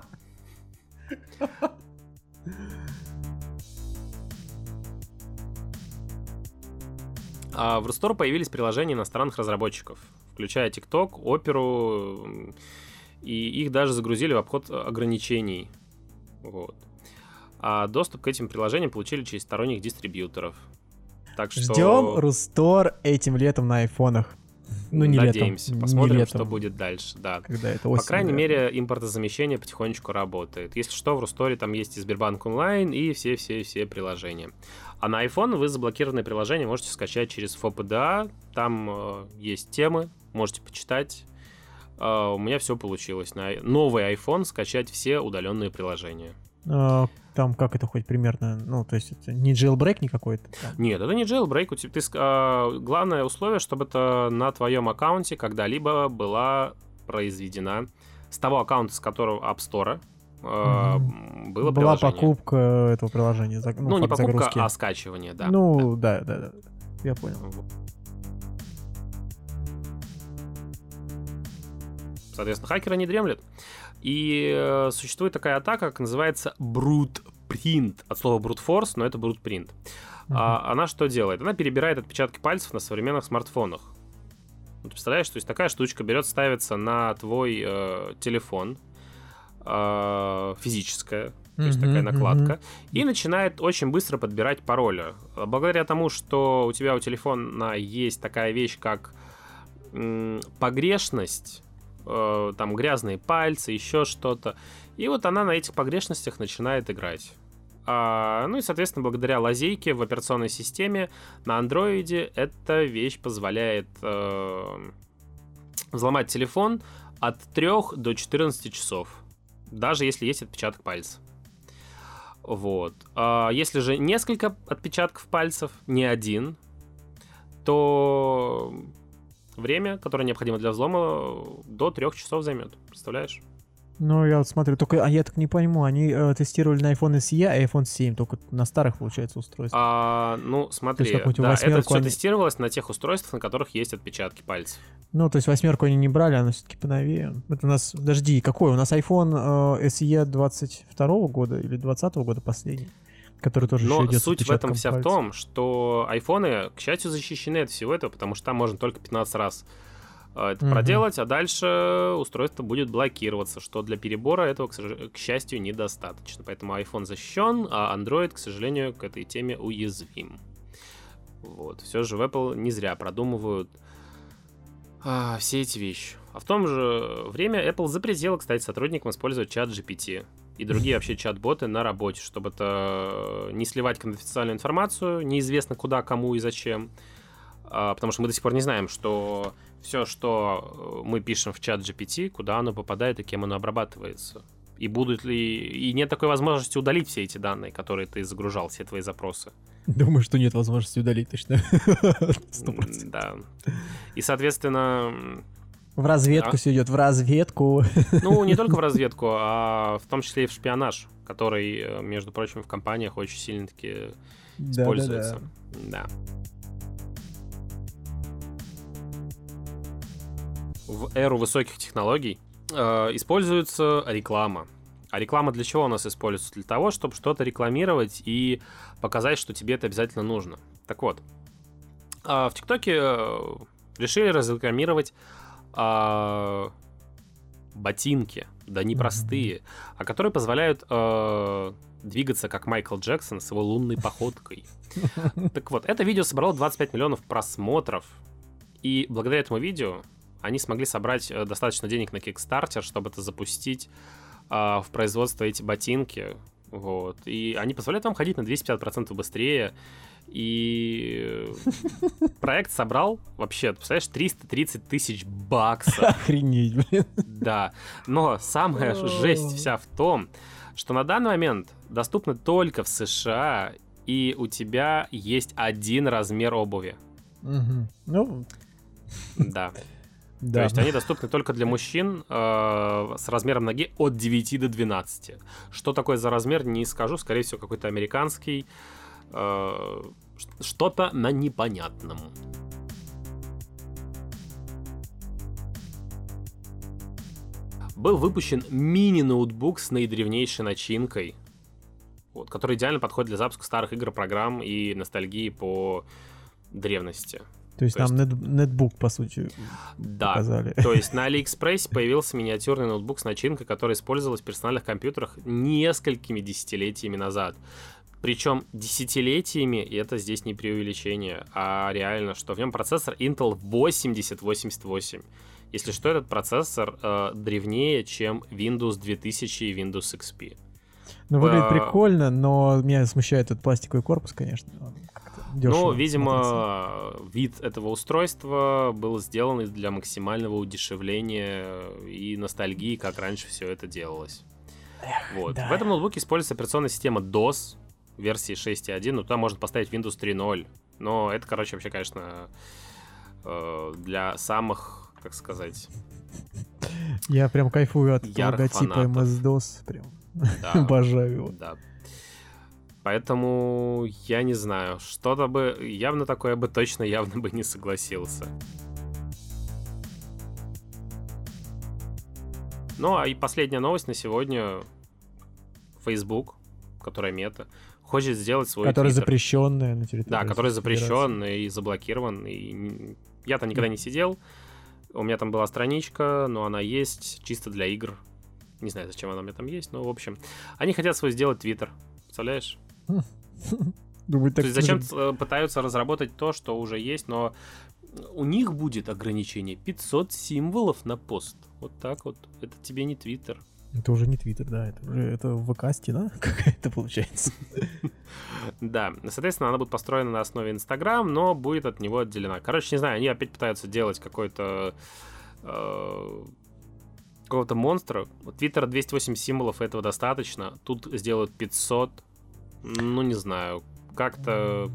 А в Рустор появились приложения иностранных разработчиков, включая TikTok, Оперу, и их даже загрузили в обход ограничений. Вот. А доступ к этим приложениям получили через сторонних дистрибьюторов. Так что... Ждем Рустор этим летом на айфонах. Ну, не надеемся, летом. посмотрим, не летом, что будет дальше. Да. Когда это осень, по крайней мере, импортозамещение потихонечку работает. Если что, в Русторе там есть и Сбербанк онлайн, и все приложения. А на iPhone вы заблокированные приложения можете скачать через FOPDA. Там есть темы, можете почитать. У меня все получилось. На новый iPhone скачать все удаленные приложения. Там как это хоть примерно? Ну, то есть это не jailbreak никакой-то? Нет, это не jailbreak. Главное условие, чтобы это на твоем аккаунте когда-либо была произведена с того аккаунта, с которого App Store было была приложение. Покупка этого приложения. Ну, не покупка, загрузки. а скачивание, да. Ну, да. Я понял. Соответственно, хакеры не дремлят. И существует такая атака, как называется brute print. От слова brute force, но это brute print. Она что делает? Она перебирает отпечатки пальцев на современных смартфонах. Ты представляешь, то есть такая штучка ставится на твой телефон, физическая, то есть такая накладка, и начинает очень быстро подбирать пароли. Благодаря тому, что у тебя у телефона есть такая вещь, как погрешность, там грязные пальцы, еще что-то. И вот она на этих погрешностях начинает играть. Ну и, соответственно, благодаря лазейке в операционной системе на андроиде эта вещь позволяет взломать телефон от 3 до 14 часов. Даже если есть отпечаток пальца. Вот. Если же несколько отпечатков пальцев, не один, то... время, которое необходимо для взлома, до 3 часов займет. Представляешь? Ну, я вот смотрю, только я так не пойму, они тестировали на iPhone SE, а iPhone 7, только на старых, получается, устройствах. Ну, смотри, да, это все тестировалось на тех устройствах, на которых есть отпечатки пальцев. Ну, то есть 8 они не брали, она все-таки поновее. Это у нас, подожди, какой? У нас iPhone SE 22 года или 20 года последний? Который тоже но еще идет суть с в этом отпечатком вся пальца. в том, что айфоны, к счастью, защищены от всего этого, потому что там можно только 15 раз это проделать, а дальше устройство будет блокироваться, что для перебора этого, к счастью, недостаточно. Поэтому iPhone защищен, а Android, к сожалению, к этой теме уязвим. Вот. Все же в Apple не зря продумывают все эти вещи. А в то же время Apple запретила, кстати, сотрудникам использовать чат GPT и другие вообще чат-боты на работе, чтобы это не сливать конфиденциальную информацию, неизвестно куда, кому и зачем. Потому что мы до сих пор не знаем, что все, что мы пишем в чат GPT, куда оно попадает и кем оно обрабатывается. И будут ли... И нет такой возможности удалить все эти данные, которые ты загружал, все твои запросы. Думаю, что нет возможности удалить точно. 100%. Да. И, соответственно... В разведку все идет, в разведку. Ну, не только в разведку, а в том числе и в шпионаж, который, между прочим, в компаниях очень сильно-таки используется. Да. В эру высоких технологий используется реклама. А реклама для чего у нас используется? Для того, чтобы что-то рекламировать и показать, что тебе это обязательно нужно. Так вот, в ТикТоке решили разрекламировать ботинки, да непростые, а которые позволяют двигаться как Майкл Джексон с его лунной походкой. Так вот, это видео собрало 25 миллионов просмотров, и благодаря этому видео они смогли собрать достаточно денег на Kickstarter, чтобы это запустить в производство эти ботинки. Вот. И они позволяют вам ходить на 250% быстрее. И проект собрал вообще, представляешь, 330 тысяч баксов. Охренеть, блин. Да. Но самая жесть вся в том, что на данный момент доступны только в США, и у тебя есть один размер обуви. Ну, да. да. То есть они доступны только для мужчин с размером ноги от 9 до 12. Что такое за размер, не скажу. Скорее всего, какой-то американский. Что-то на непонятном. Был выпущен мини-ноутбук с наидревнейшей начинкой, вот, который идеально подходит для запуска старых игр, программ и ностальгии по древности. То есть нам нетбук, по сути, показали. То есть на AliExpress появился миниатюрный ноутбук с начинкой, которая использовалась в персональных компьютерах несколькими десятилетиями назад. Причем десятилетиями, и это здесь не преувеличение, а реально, что в нем процессор Intel 8088. Если что, этот процессор древнее, чем Windows 2000 и Windows XP. Ну, выглядит прикольно, но меня смущает этот пластиковый корпус, конечно. Ну, видимо, вид этого устройства был сделан для максимального удешевления и ностальгии, как раньше все это делалось. Вот. Да. В этом ноутбуке используется операционная система DOS версии 6.1, но туда можно поставить Windows 3.0. Но это, короче, вообще, конечно, для самых, как сказать... Я прям кайфую от логотипа MS-DOS. Прям обожаю его. Да. Поэтому я не знаю, что-то бы явно такое бы точно явно бы не согласился. Ну, а и последняя новость на сегодня. Facebook, которая мета, хочет сделать свой который Twitter. Запрещенная на территории. Да, который запрещен и заблокирован. И я там никогда не сидел. У меня там была страничка, но она есть чисто для игр. Не знаю, зачем она у меня там есть, но в общем. Они хотят свой сделать Twitter. Представляешь? То есть зачем пытаются разработать то, что уже есть, но у них будет ограничение 500 символов на пост. Вот так вот. Это тебе не Твиттер. Это уже не Твиттер, да. Это ВК-стена какая-то получается. Да. Соответственно, она будет построена на основе Инстаграм, но будет от него отделена. Короче, не знаю, они опять пытаются делать какой-то какого-то монстра. У Твиттера 208 символов, этого достаточно. Тут сделают 500. Ну, не знаю, как-то...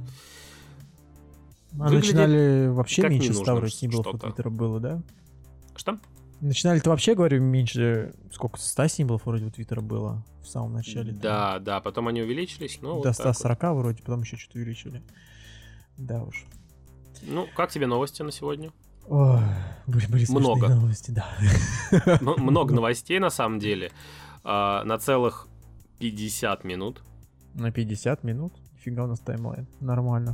Начинали вообще меньше 100 символов у Твиттера было, да? Что? Начинали-то вообще, говорю, меньше... Сколько? 100 символов вроде у Твиттера было в самом начале. Да, да, потом они увеличились, но до 140 вот вроде, потом еще что-то увеличили. Да уж. Ну, как тебе новости на сегодня? Ой, были много новости, да. Много новостей, на самом деле. На целых 50 минут. На 50 минут? Нифига у нас таймлайн. Нормально.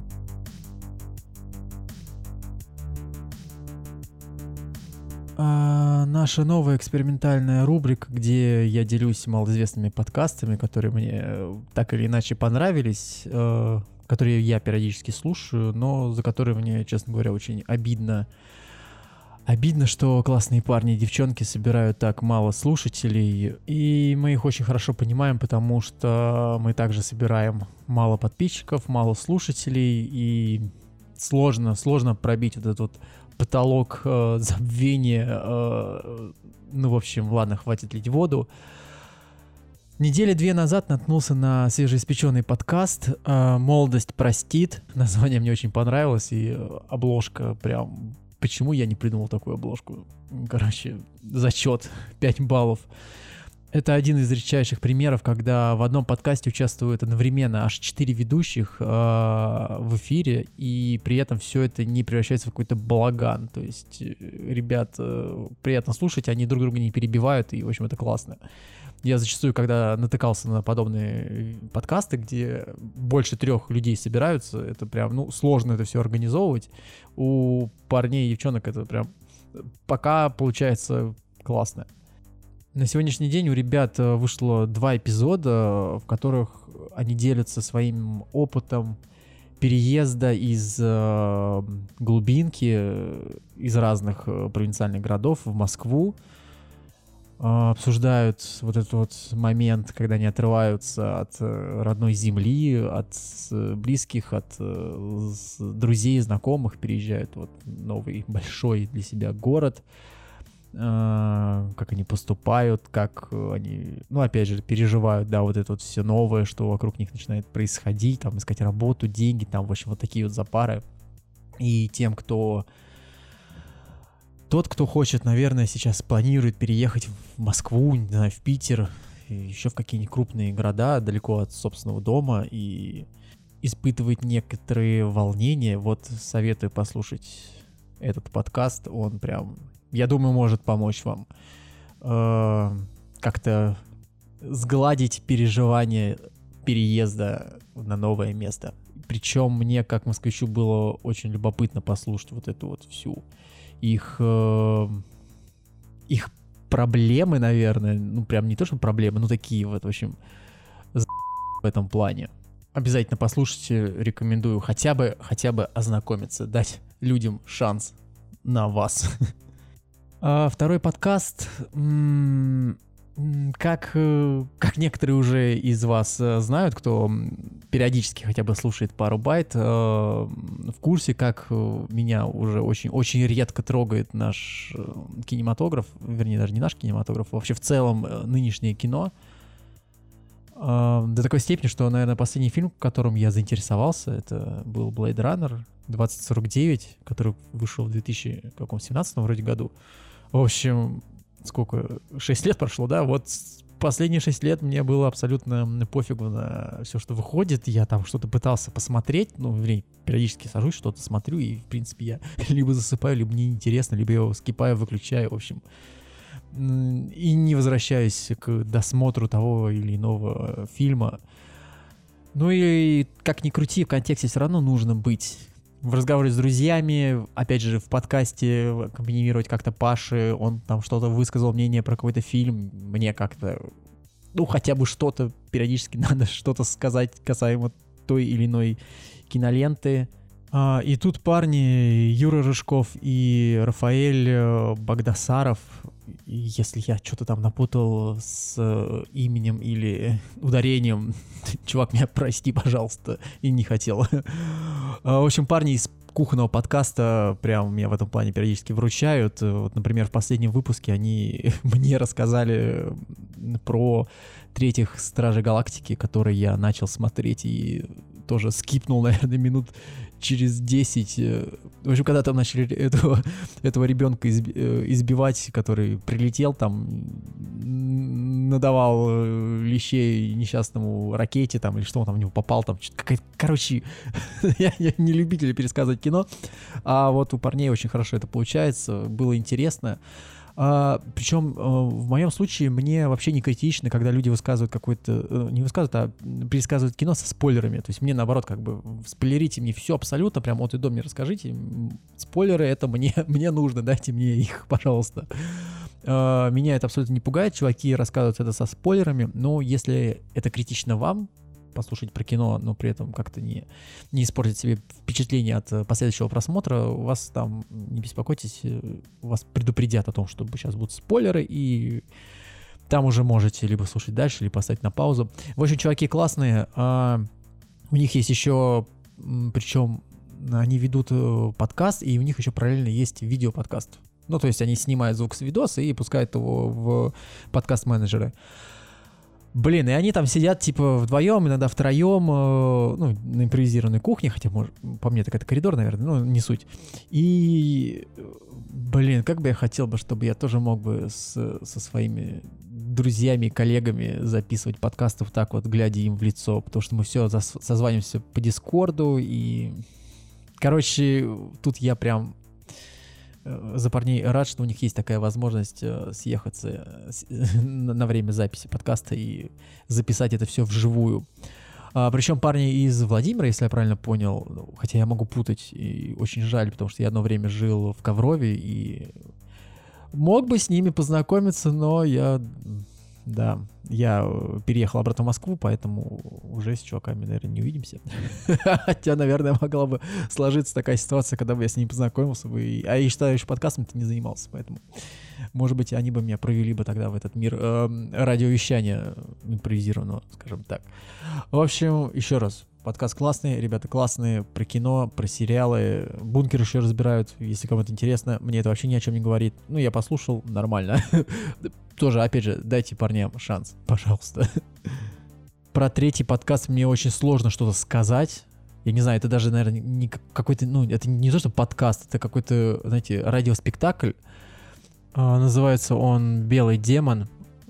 Наша новая экспериментальная рубрика, где я делюсь малоизвестными подкастами, которые мне так или иначе понравились, которые я периодически слушаю, но за которые мне, честно говоря, очень обидно. Обидно, что классные парни и девчонки собирают так мало слушателей, и мы их очень хорошо понимаем, потому что мы также собираем мало подписчиков, мало слушателей, и сложно пробить вот этот вот потолок забвения. Ну, в общем, ладно, хватит лить воду. Недели 2 назад наткнулся на свежеиспеченный подкаст «Молодость простит». Название мне очень понравилось, и обложка прям... Почему я не придумал такую обложку? Короче, зачет, 5 баллов. Это один из редчайших примеров, когда в одном подкасте участвуют одновременно аж 4 ведущих в эфире, и при этом все это не превращается в какой-то балаган. То есть ребят приятно слушать, они друг друга не перебивают, и, в общем, это классно. Я зачастую, когда натыкался на подобные подкасты, где больше 3 людей собираются, это прям, сложно это все организовывать. У парней и девчонок это прям пока получается классно. На сегодняшний день у ребят вышло 2 эпизода, в которых они делятся своим опытом переезда из глубинки, из разных провинциальных городов в Москву. Обсуждают вот этот вот момент, когда они отрываются от родной земли, от близких, от друзей, знакомых, переезжают вот в новый большой для себя город, как они поступают, как они, опять же, переживают, да, вот это вот все новое, что вокруг них начинает происходить, там, искать работу, деньги, там, в общем, вот такие вот запары. И тот, кто хочет, наверное, сейчас планирует переехать в Москву, не знаю, в Питер, еще в какие-нибудь крупные города, далеко от собственного дома, и испытывает некоторые волнения, вот советую послушать этот подкаст, он прям, я думаю, может помочь вам как-то сгладить переживания переезда на новое место. Причем мне, как москвичу, было очень любопытно послушать вот эту вот всю их проблемы, наверное, прям не то, что проблемы, такие вот, в общем, в этом плане. Обязательно послушайте, рекомендую хотя бы ознакомиться, дать людям шанс на вас. Второй подкаст, как некоторые уже из вас знают, кто периодически хотя бы слушает пару байт, в курсе, как меня уже очень редко трогает наш кинематограф, вернее, даже не наш кинематограф, вообще в целом нынешнее кино. До такой степени, что, наверное, последний фильм, которым я заинтересовался, это был Blade Runner 2049, который вышел в 2017 вроде году. В общем, сколько? 6 лет прошло, да? Вот последние 6 лет мне было абсолютно пофигу на все, что выходит. Я там что-то пытался посмотреть, периодически сажусь, что-то смотрю, и, в принципе, я либо засыпаю, либо мне неинтересно, либо я его скипаю, выключаю, в общем. И не возвращаюсь к досмотру того или иного фильма. И, как ни крути, в контексте все равно нужно быть. В разговоре с друзьями, опять же, в подкасте аккомпанировать как-то Паше, он там что-то высказал мнение про какой-то фильм, мне как-то, хотя бы что-то, периодически надо что-то сказать касаемо той или иной киноленты. И тут парни Юра Рыжков и Рафаэль Багдасаров, если я что-то там напутал с именем или ударением, чувак, меня прости, пожалуйста, и не хотел. В общем, парни из кухонного подкаста прям меня в этом плане периодически вручают. Вот, например, в последнем выпуске они мне рассказали про третьих Стражей Галактики, который я начал смотреть и тоже скипнул, наверное, минут через 10. В общем, когда там начали этого ребенка избивать, который прилетел там, надавал лещей несчастному ракете там, или что он там в него попал, там какая-то, короче, я не любитель пересказывать кино, а вот у парней очень хорошо это получается, было интересно. Причем в моем случае мне вообще не критично, когда люди высказывают какой-то, не высказывают, а пересказывают кино со спойлерами. То есть мне наоборот, как бы спойлерите мне все абсолютно, прям от и до мне расскажите. Спойлеры это мне нужно, дайте мне их, пожалуйста. Меня это абсолютно не пугает, чуваки рассказывают это со спойлерами, но если это критично вам, послушать про кино, но при этом как-то не испортить себе впечатление от последующего просмотра, вас там, не беспокойтесь, вас предупредят о том, что сейчас будут спойлеры, и там уже можете либо слушать дальше, либо поставить на паузу. В общем, чуваки классные, у них есть еще, причем они ведут подкаст, и у них еще параллельно есть видеоподкаст. То есть они снимают звук с видоса и пускают его в подкаст-менеджеры. Блин, и они там сидят, типа, вдвоем, иногда втроем, на импровизированной кухне, хотя, по мне, так это коридор, наверное, не суть. И, блин, как бы я хотел бы, чтобы я тоже мог бы со своими друзьями и коллегами записывать подкасты вот так вот, глядя им в лицо, потому что мы все созваниваемся по Дискорду, и, короче, тут я прям за парней рад, что у них есть такая возможность съехаться на время записи подкаста и записать это все вживую. Причем парни из Владимира, если я правильно понял, хотя я могу путать, и очень жаль, потому что я одно время жил в Коврове и мог бы с ними познакомиться, но я переехал обратно в Москву, поэтому уже с чуваками, наверное, не увидимся. Хотя, наверное, могла бы сложиться такая ситуация, когда бы я с ними познакомился бы. А я считаю, еще подкастом-то не занимался, поэтому, может быть, они бы меня провели бы тогда в этот мир радиовещания импровизированного, скажем так. В общем, еще раз. Подкаст классный, ребята классные, про кино, про сериалы. Бункер еще разбирают, если кому-то интересно. Мне это вообще ни о чем не говорит. Ну, я послушал, нормально. Тоже, опять же, дайте парням шанс, пожалуйста. Про третий подкаст мне очень сложно что-то сказать. Я не знаю, это даже, наверное, не какой-то... Ну, это не то, что подкаст, это какой-то, знаете, радиоспектакль. Называется он «Белый демон».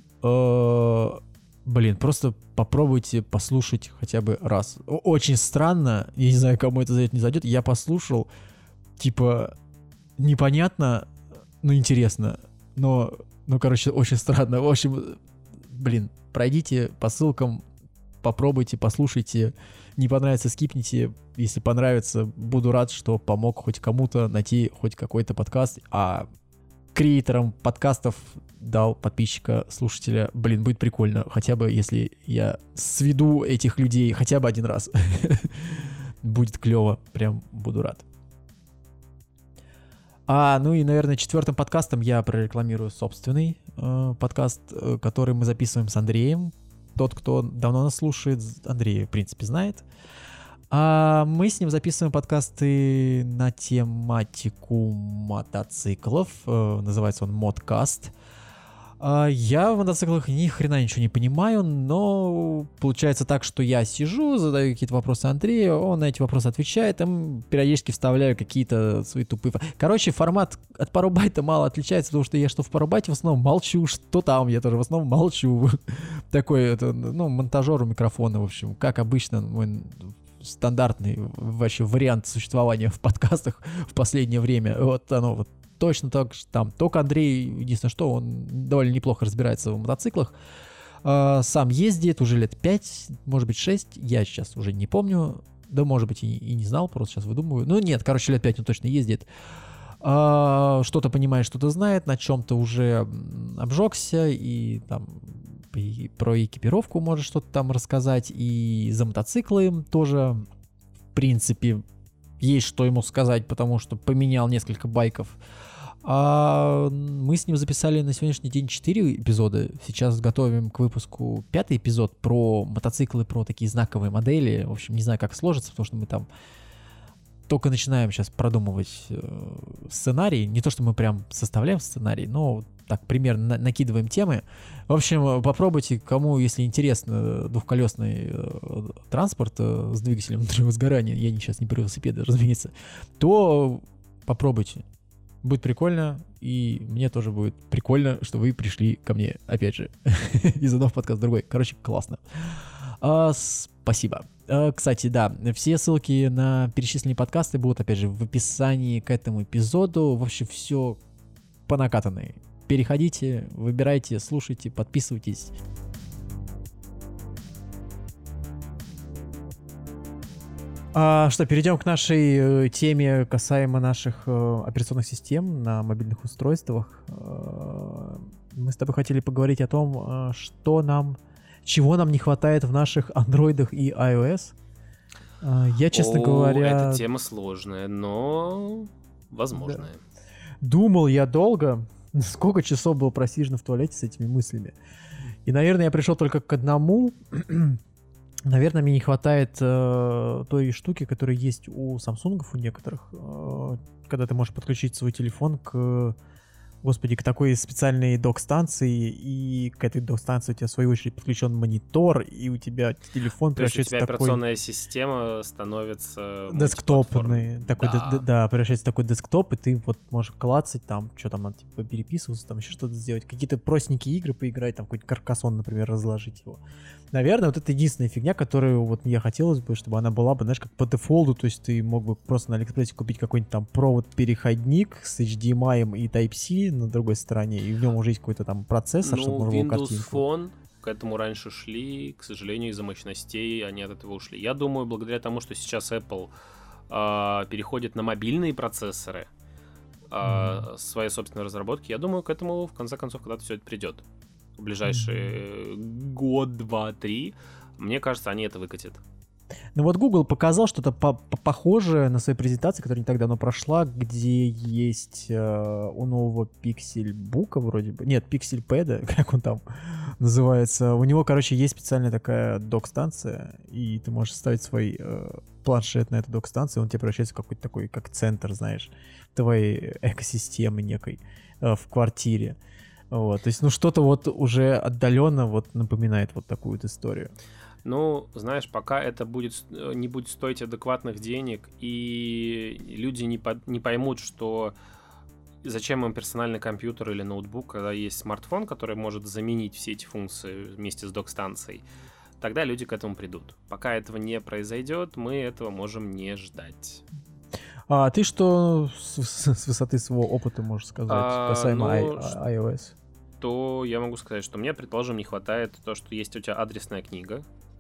Блин, просто попробуйте послушать хотя бы раз. Очень странно, я не знаю, кому это не зайдет. Я послушал, типа, непонятно, но интересно. Но, короче, очень странно. В общем, блин, пройдите по ссылкам, попробуйте, послушайте. Не понравится, скипните. Если понравится, буду рад, что помог хоть кому-то найти хоть какой-то подкаст. А креаторам подкастов дал подписчика, слушателя. Блин, будет прикольно. Хотя бы, если я сведу этих людей хотя бы один раз. Будет клево. Прям буду рад. Ну и, наверное, четвертым подкастом я прорекламирую собственный подкаст, который мы записываем с Андреем. Тот, кто давно нас слушает, Андрей, в принципе, знает. Мы с ним записываем подкасты на тематику мотоциклов. Называется он Модкаст. Я в мотоциклах ни хрена ничего не понимаю, но получается так, что я сижу, задаю какие-то вопросы Андрею, он на эти вопросы отвечает, там периодически вставляю какие-то свои тупые... Короче, формат от Парубайта мало отличается, потому что я что в Парубайте в основном молчу, что там я тоже в основном молчу. Такой, монтажер у микрофона, в общем, как обычно, мой стандартный вообще вариант существования в подкастах в последнее время. Вот оно вот. Точно так же там. Только Андрей, единственное, что он довольно неплохо разбирается в мотоциклах. Сам ездит уже лет 5, может быть 6. Я сейчас уже не помню. Да, может быть, и не знал, просто сейчас выдумываю. Ну, нет, короче, лет 5 он точно ездит. Что-то понимает, что-то знает, на чем-то уже обжегся, и там и про экипировку может что-то там рассказать, и за мотоциклы тоже, в принципе, есть что ему сказать, потому что поменял несколько байков. Мы с ним записали на сегодняшний день 4 эпизода. Сейчас готовим к выпуску 5-й эпизод про мотоциклы, про такие знаковые модели. В общем, не знаю, как сложится, потому что мы там только начинаем сейчас продумывать сценарий. Не то, что мы прям составляем сценарий, но так примерно накидываем темы. В общем, попробуйте, кому, если интересно, двухколесный транспорт с двигателем внутреннего сгорания, я сейчас не про велосипеды, разумеется, то попробуйте. Будет прикольно, и мне тоже будет прикольно, что вы пришли ко мне, опять же, из одного подкаста в другой. Короче, классно. Спасибо. Кстати, да, все ссылки на перечисленные подкасты будут, опять же, в описании к этому эпизоду. В общем, все по накатанной. Переходите, выбирайте, слушайте, подписывайтесь. Что, перейдем к нашей теме касаемо наших операционных систем на мобильных устройствах. Мы с тобой хотели поговорить о том, чего нам не хватает в наших андроидах и iOS. Я, честно говоря... Эта тема сложная, но возможная. Да. Думал я долго, сколько часов был просижено в туалете с этими мыслями. И, наверное, я пришел только к одному. Наверное, мне не хватает той штуки, которая есть у Samsung, у некоторых, когда ты можешь подключить свой телефон к господи, к такой специальной док-станции, и к этой док-станции у тебя в свою очередь подключен монитор, и у тебя телефон То есть у превращается тебя в такой операционная система становится десктопный, такой, Да. превращается в такой десктоп, и ты вот можешь клацать там, что там, типа, переписываться, там еще что-то сделать, какие-то простенькие игры поиграть, там какой-нибудь Каркасон, например, разложить его. Наверное, вот это единственная фигня, которую вот мне хотелось бы, чтобы она была бы, знаешь, как по дефолту, то есть ты мог бы просто на Алиэкспрессе купить какой-нибудь там провод-переходник с HDMI и Type-C на другой стороне, и в нем уже есть какой-то там процессор, чтобы можно было Windows картинку. Phone к этому раньше шли, к сожалению, из-за мощностей они от этого ушли. Я думаю, благодаря тому, что сейчас Apple переходит на мобильные процессоры своей собственной разработки, я думаю, к этому, в конце концов, когда-то все это придет. В ближайшие год, два, три, мне кажется, они это выкатят. Ну вот Google показал что-то похожее на своей презентации, которая не так давно прошла, где есть у нового Pixelbook вроде бы, нет, Pixelpad, как он там называется, у него, короче, есть специальная такая док-станция, и ты можешь ставить свой планшет на эту док-станцию, он тебе превращается в какой-то такой, как центр, знаешь, твоей экосистемы некой в квартире. Вот, то есть, ну, что-то вот уже отдаленно вот напоминает вот такую вот историю. Ну, знаешь, пока это не будет стоить адекватных денег, и люди не поймут, что зачем им персональный компьютер или ноутбук, когда есть смартфон, который может заменить все эти функции вместе с док-станцией, тогда люди к этому придут. Пока этого не произойдет, мы этого можем не ждать. А ты что с высоты своего опыта можешь сказать касаемо iOS? То я могу сказать, что мне, предположим, не хватает то, что есть у тебя адресная книга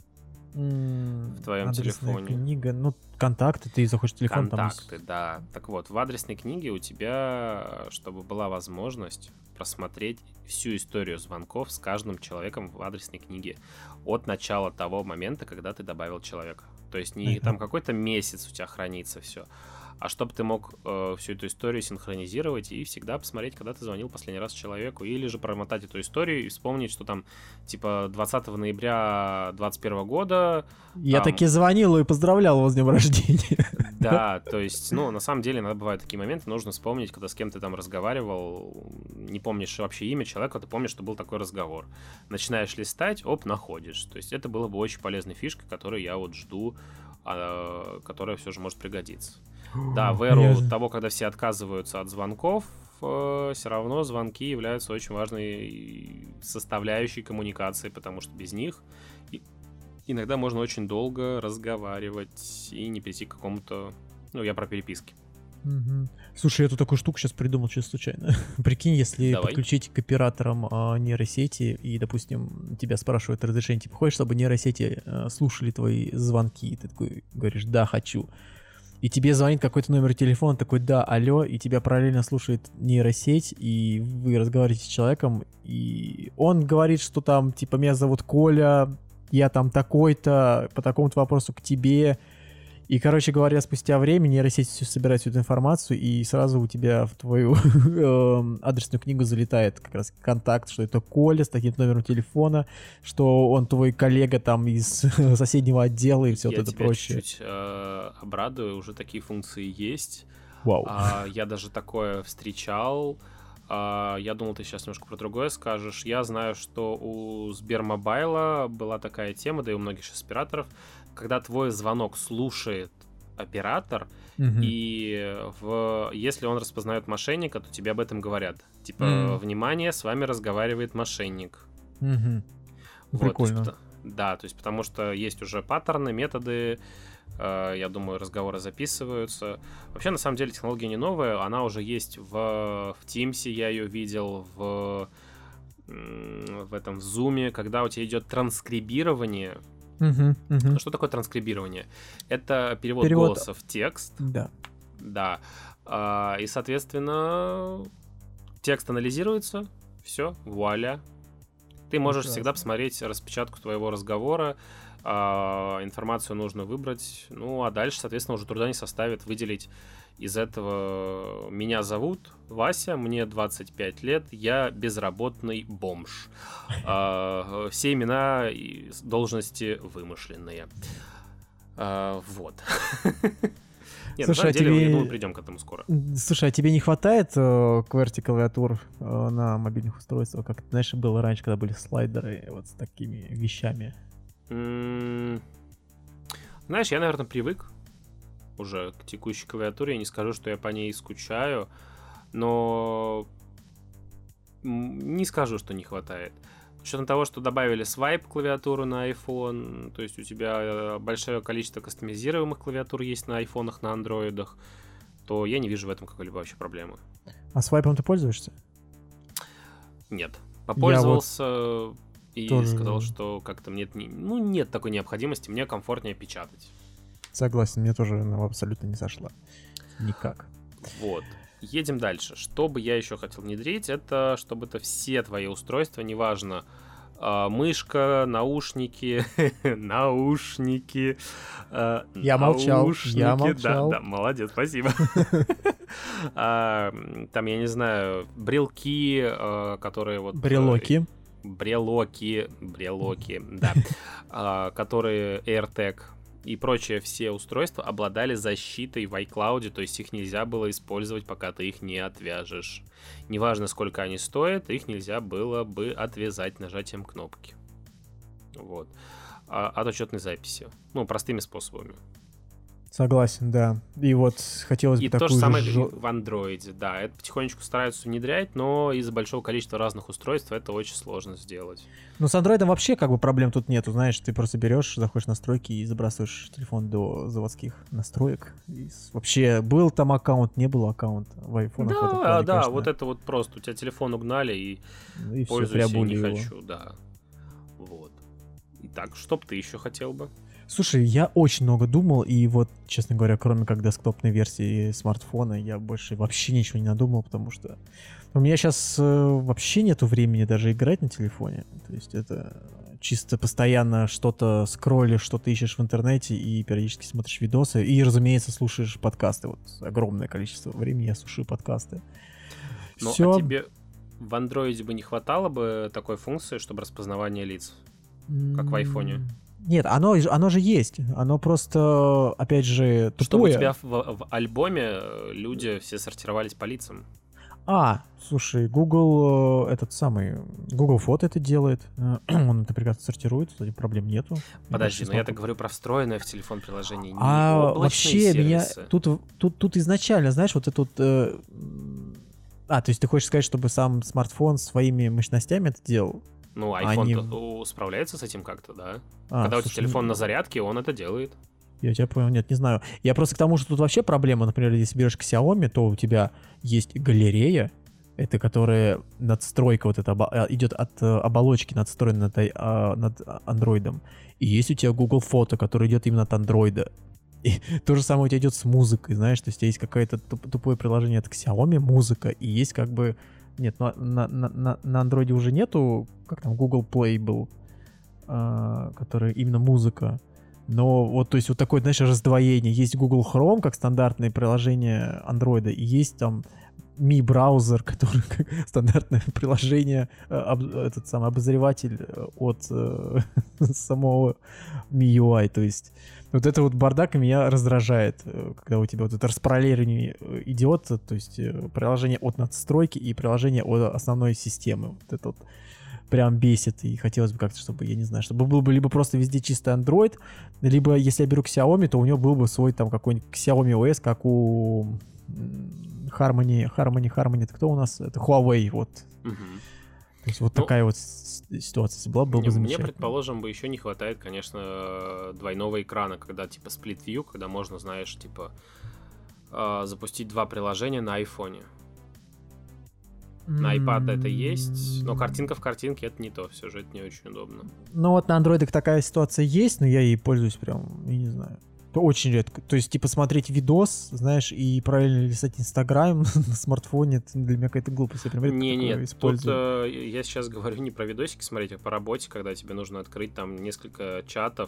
в твоем телефоне. Книга, ну, контакты, ты захочешь телефон контакты, там... да. Так вот, в адресной книге у тебя, чтобы была возможность просмотреть всю историю звонков с каждым человеком в адресной книге от начала того момента, когда ты добавил человека. То есть не там какой-то месяц у тебя хранится все, а чтобы ты мог всю эту историю синхронизировать и всегда посмотреть, когда ты звонил последний раз человеку, или же промотать эту историю и вспомнить, что там, типа, 20 ноября 2021 года... Я таки звонил и поздравлял его с днем рождения. Да, то есть, ну, на самом деле, иногда бывают такие моменты, нужно вспомнить, когда с кем ты там разговаривал, не помнишь вообще имя человека, ты помнишь, что был такой разговор. Начинаешь листать, оп, находишь. То есть это было бы очень полезной фишкой, которую я вот жду, которая все же может пригодиться. Да, в эру того, когда все отказываются от звонков, все равно звонки являются очень важной составляющей коммуникации, потому что без них иногда можно очень долго разговаривать и не прийти к какому-то... Ну, я про переписки. Слушай, я тут такую штуку сейчас придумал чисто случайно. Прикинь, если подключить к операторам нейросети, и, допустим, тебя спрашивают разрешение, типа, хочешь, чтобы нейросети слушали твои звонки, и ты такой говоришь, да, хочу. И тебе звонит какой-то номер телефона, такой, да, алло, и тебя параллельно слушает нейросеть, и вы разговариваете с человеком, и он говорит, что там, типа, меня зовут Коля, я там такой-то, по такому-то вопросу к тебе. И, короче говоря, спустя время нейросеть собирает всю эту информацию, и сразу у тебя в твою адресную книгу залетает как раз контакт, что это Коля с таким номером телефона, что он твой коллега там из соседнего отдела и все вот это прочее. Я тебя чуть-чуть обрадую, уже такие функции есть. Вау. Я даже такое встречал. Я думал, ты сейчас немножко про другое скажешь. Я знаю, что у Сбермобайла была такая тема, да и у многих сейчас операторов, когда твой звонок слушает оператор, и если он распознает мошенника, то тебе об этом говорят. Типа, внимание, с вами разговаривает мошенник. Вот, прикольно. То есть потому что есть уже паттерны, методы, я думаю, разговоры записываются. Вообще, на самом деле, технология не новая, она уже есть в Teams, я ее видел, в этом в Zoom, когда у тебя идет транскрибирование. Что такое транскрибирование? Это перевод голоса в текст. Да. И, соответственно, текст анализируется, все, вуаля. Ты можешь всегда посмотреть распечатку твоего разговора, информацию нужно выбрать, ну, а дальше, соответственно, уже труда не составит выделить из этого: меня зовут Вася, мне 25 лет, я безработный бомж. Все имена и должности вымышленные. Вот. Нет, Слушай, на а самом деле, тебе- я думаю, придем к этому скоро. Слушай, а тебе не хватает QWERTY клавиатур на мобильных устройствах? Как, знаешь, было раньше, когда были слайдеры вот с такими вещами? Знаешь, я, наверное, привык уже к текущей клавиатуре. Я не скажу, что я по ней скучаю, но не скажу, что не хватает. С учетом того, что добавили свайп клавиатуру на iPhone, то есть у тебя большое количество кастомизируемых клавиатур есть на айфонах, на андроидах, то я не вижу в этом какой-либо вообще проблемы. А свайпом ты пользуешься? Нет. Попользовался и тоже- сказал, что как-то мне нет такой необходимости, мне комфортнее печатать. Согласен, мне тоже она абсолютно не сошла. Никак. Вот. Едем дальше. Что бы я еще хотел внедрить, это чтобы это все твои устройства, неважно, мышка, наушники, наушники. Я молчал, я молчал. Да, молодец, спасибо. Там, я не знаю, брелки, которые вот... Брелоки. Брелоки, да. Которые AirTag и прочие все устройства обладали защитой в iCloud, то есть их нельзя было использовать, пока ты их не отвяжешь. Неважно, сколько они стоят, их нельзя было бы отвязать нажатием кнопки. Вот. От учетной записи. Ну, простыми способами. Согласен, да. И вот хотелось бы И то такую же самое же... в Android, да. Это потихонечку стараются внедрять, но из-за большого количества разных устройств это очень сложно сделать. Ну, с андроидом вообще как бы проблем тут нету, знаешь, ты просто берешь, заходишь в настройки и забрасываешь телефон до заводских настроек. И вообще, был там аккаунт, не был аккаунта в айфонах. Да, вот это вот просто. У тебя телефон угнали и и все, пользуйся, не его. хочу, да. Вот. Итак, что бы ты еще хотел бы? Слушай, я очень много думал, и вот, честно говоря, кроме как десктопной версии смартфона, я больше вообще ничего не надумал, потому что у меня сейчас вообще нету времени даже играть на телефоне. То есть это чисто постоянно что-то скроллишь, что-то ищешь в интернете и периодически смотришь видосы. И, разумеется, слушаешь подкасты. Вот огромное количество времени я слушаю подкасты. Ну, Всё. а тебе в андроиде бы не хватало бы такой функции, чтобы распознавание лиц, как в айфоне? Нет, оно же есть. Оно просто, опять же, тупое. Чтобы у тебя в альбоме люди все сортировались по лицам. Слушай, Google Google фото это делает. Он это прекрасно сортирует, кстати, проблем нету. Подожди, но я-то говорю про встроенное в телефон приложение, не А облачные вообще меня сервисы. тут изначально, знаешь, вот это вот... то есть ты хочешь сказать, чтобы сам смартфон своими мощностями это делал? Ну, iPhone справляется с этим как-то, да? Когда у тебя телефон на зарядке, он это делает. Я тебя понял, нет, не знаю. Я просто к тому, что тут вообще проблема, например, если берешь Xiaomi, то у тебя есть галерея, это которая надстройка вот эта идет от оболочки, надстроена над андроидом. И есть у тебя Google фото, который идет именно от андроида. И то же самое у тебя идет с музыкой, знаешь, то есть у тебя есть какое-то тупое приложение от Xiaomi, музыка, и есть как бы... Нет, на андроиде уже нету, как там, Google Play был, который именно музыка. Но вот, то есть вот такое, знаешь, раздвоение. Есть Google Chrome как стандартное приложение андроида, и есть там Mi браузер, который как стандартное приложение, этот самый обозреватель от самого MIUI. То есть вот это вот бардак меня раздражает, когда у тебя вот это распараллеливание идет, то есть приложение от надстройки и приложение от основной системы. Вот это вот прям бесит, и хотелось бы как-то, чтобы, я не знаю, чтобы был бы либо просто везде чистый Android, либо, если я беру Xiaomi, то у него был бы свой там какой-нибудь Xiaomi OS, как у Harmony, это кто у нас? Это Huawei, вот. Угу. То есть вот такая вот ситуация была бы замечательно. Мне, предположим, бы еще не хватает, конечно, двойного экрана, когда типа Split View, когда можно, знаешь, типа запустить два приложения на айфоне. На iPad это есть, но картинка в картинке это не то, все же это не очень удобно. Ну вот на андроидах такая ситуация есть, но я ей пользуюсь прям, я не знаю, очень редко. То есть типа смотреть видос, знаешь, и правильно листать Инстаграм на смартфоне, это для меня какая-то глупость. Я прям редко такое использую. Тут я сейчас говорю не про видосики смотреть, а по работе, когда тебе нужно открыть там несколько чатов,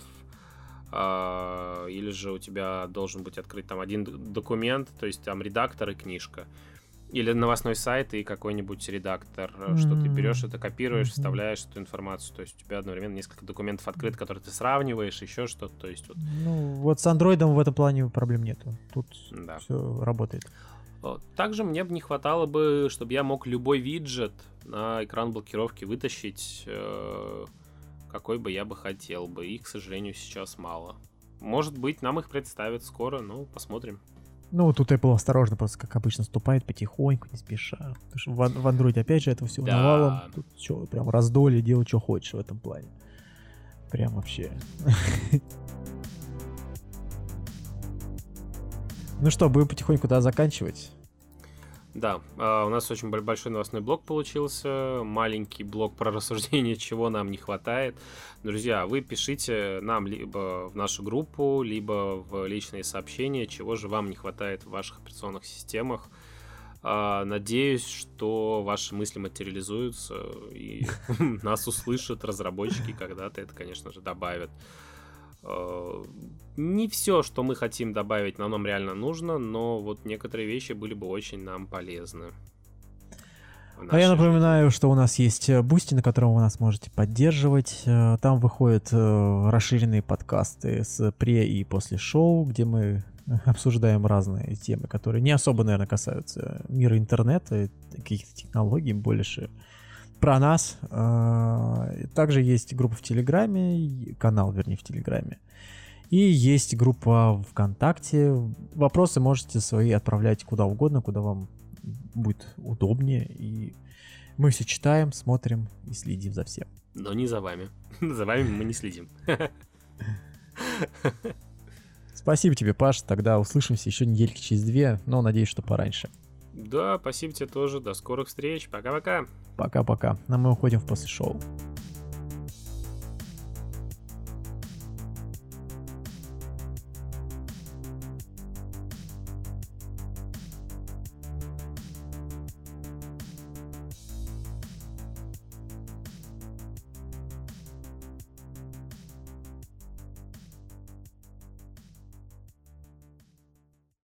или же у тебя должен быть открыт там один документ, то есть там редактор и книжка. Или новостной сайт и какой-нибудь редактор, что ты берешь это, копируешь, вставляешь эту информацию, то есть у тебя одновременно несколько документов открыто, которые ты сравниваешь, еще что-то, то есть вот... Ну, вот с андроидом в этом плане проблем нету, тут Да. все работает. Также мне бы не хватало бы, чтобы я мог любой виджет на экран блокировки вытащить, какой бы я бы хотел бы, и, к сожалению, сейчас мало. Может быть, нам их представят скоро, ну, посмотрим. Ну, тут Apple осторожно, просто как обычно, ступает потихоньку, не спеша. Потому что в Android опять же это все Да. навалом. Тут что, прям раздолье, делай, что хочешь в этом плане. Прям вообще. Ну что, будем потихоньку заканчивать. Да, у нас очень большой новостной блок получился, маленький блок про рассуждение, чего нам не хватает. Друзья, вы пишите нам либо в нашу группу, либо в личные сообщения, чего же вам не хватает в ваших операционных системах. Надеюсь, что ваши мысли материализуются и нас услышат разработчики, когда-то это, конечно же, добавят. Не все, что мы хотим добавить, нам реально нужно, но вот некоторые вещи были бы очень нам полезны. А я напоминаю, что у нас есть Boosty, на котором вы нас можете поддерживать. Там выходят расширенные подкасты с пре- и после шоу, где мы обсуждаем разные темы, которые не особо, наверное, касаются мира интернета, каких-то технологий, больше про нас. Также есть группа в Телеграме, канал, вернее, в Телеграме. И есть группа ВКонтакте. Вопросы можете свои отправлять куда угодно, куда вам будет удобнее. И мы все читаем, смотрим и следим за всем. Но не за вами. За вами мы не следим. Спасибо тебе, Паш. Тогда услышимся еще недельки через 2, но надеюсь, что пораньше. Да, спасибо тебе тоже. До скорых встреч. Пока-пока. Пока-пока. А мы уходим в после шоу.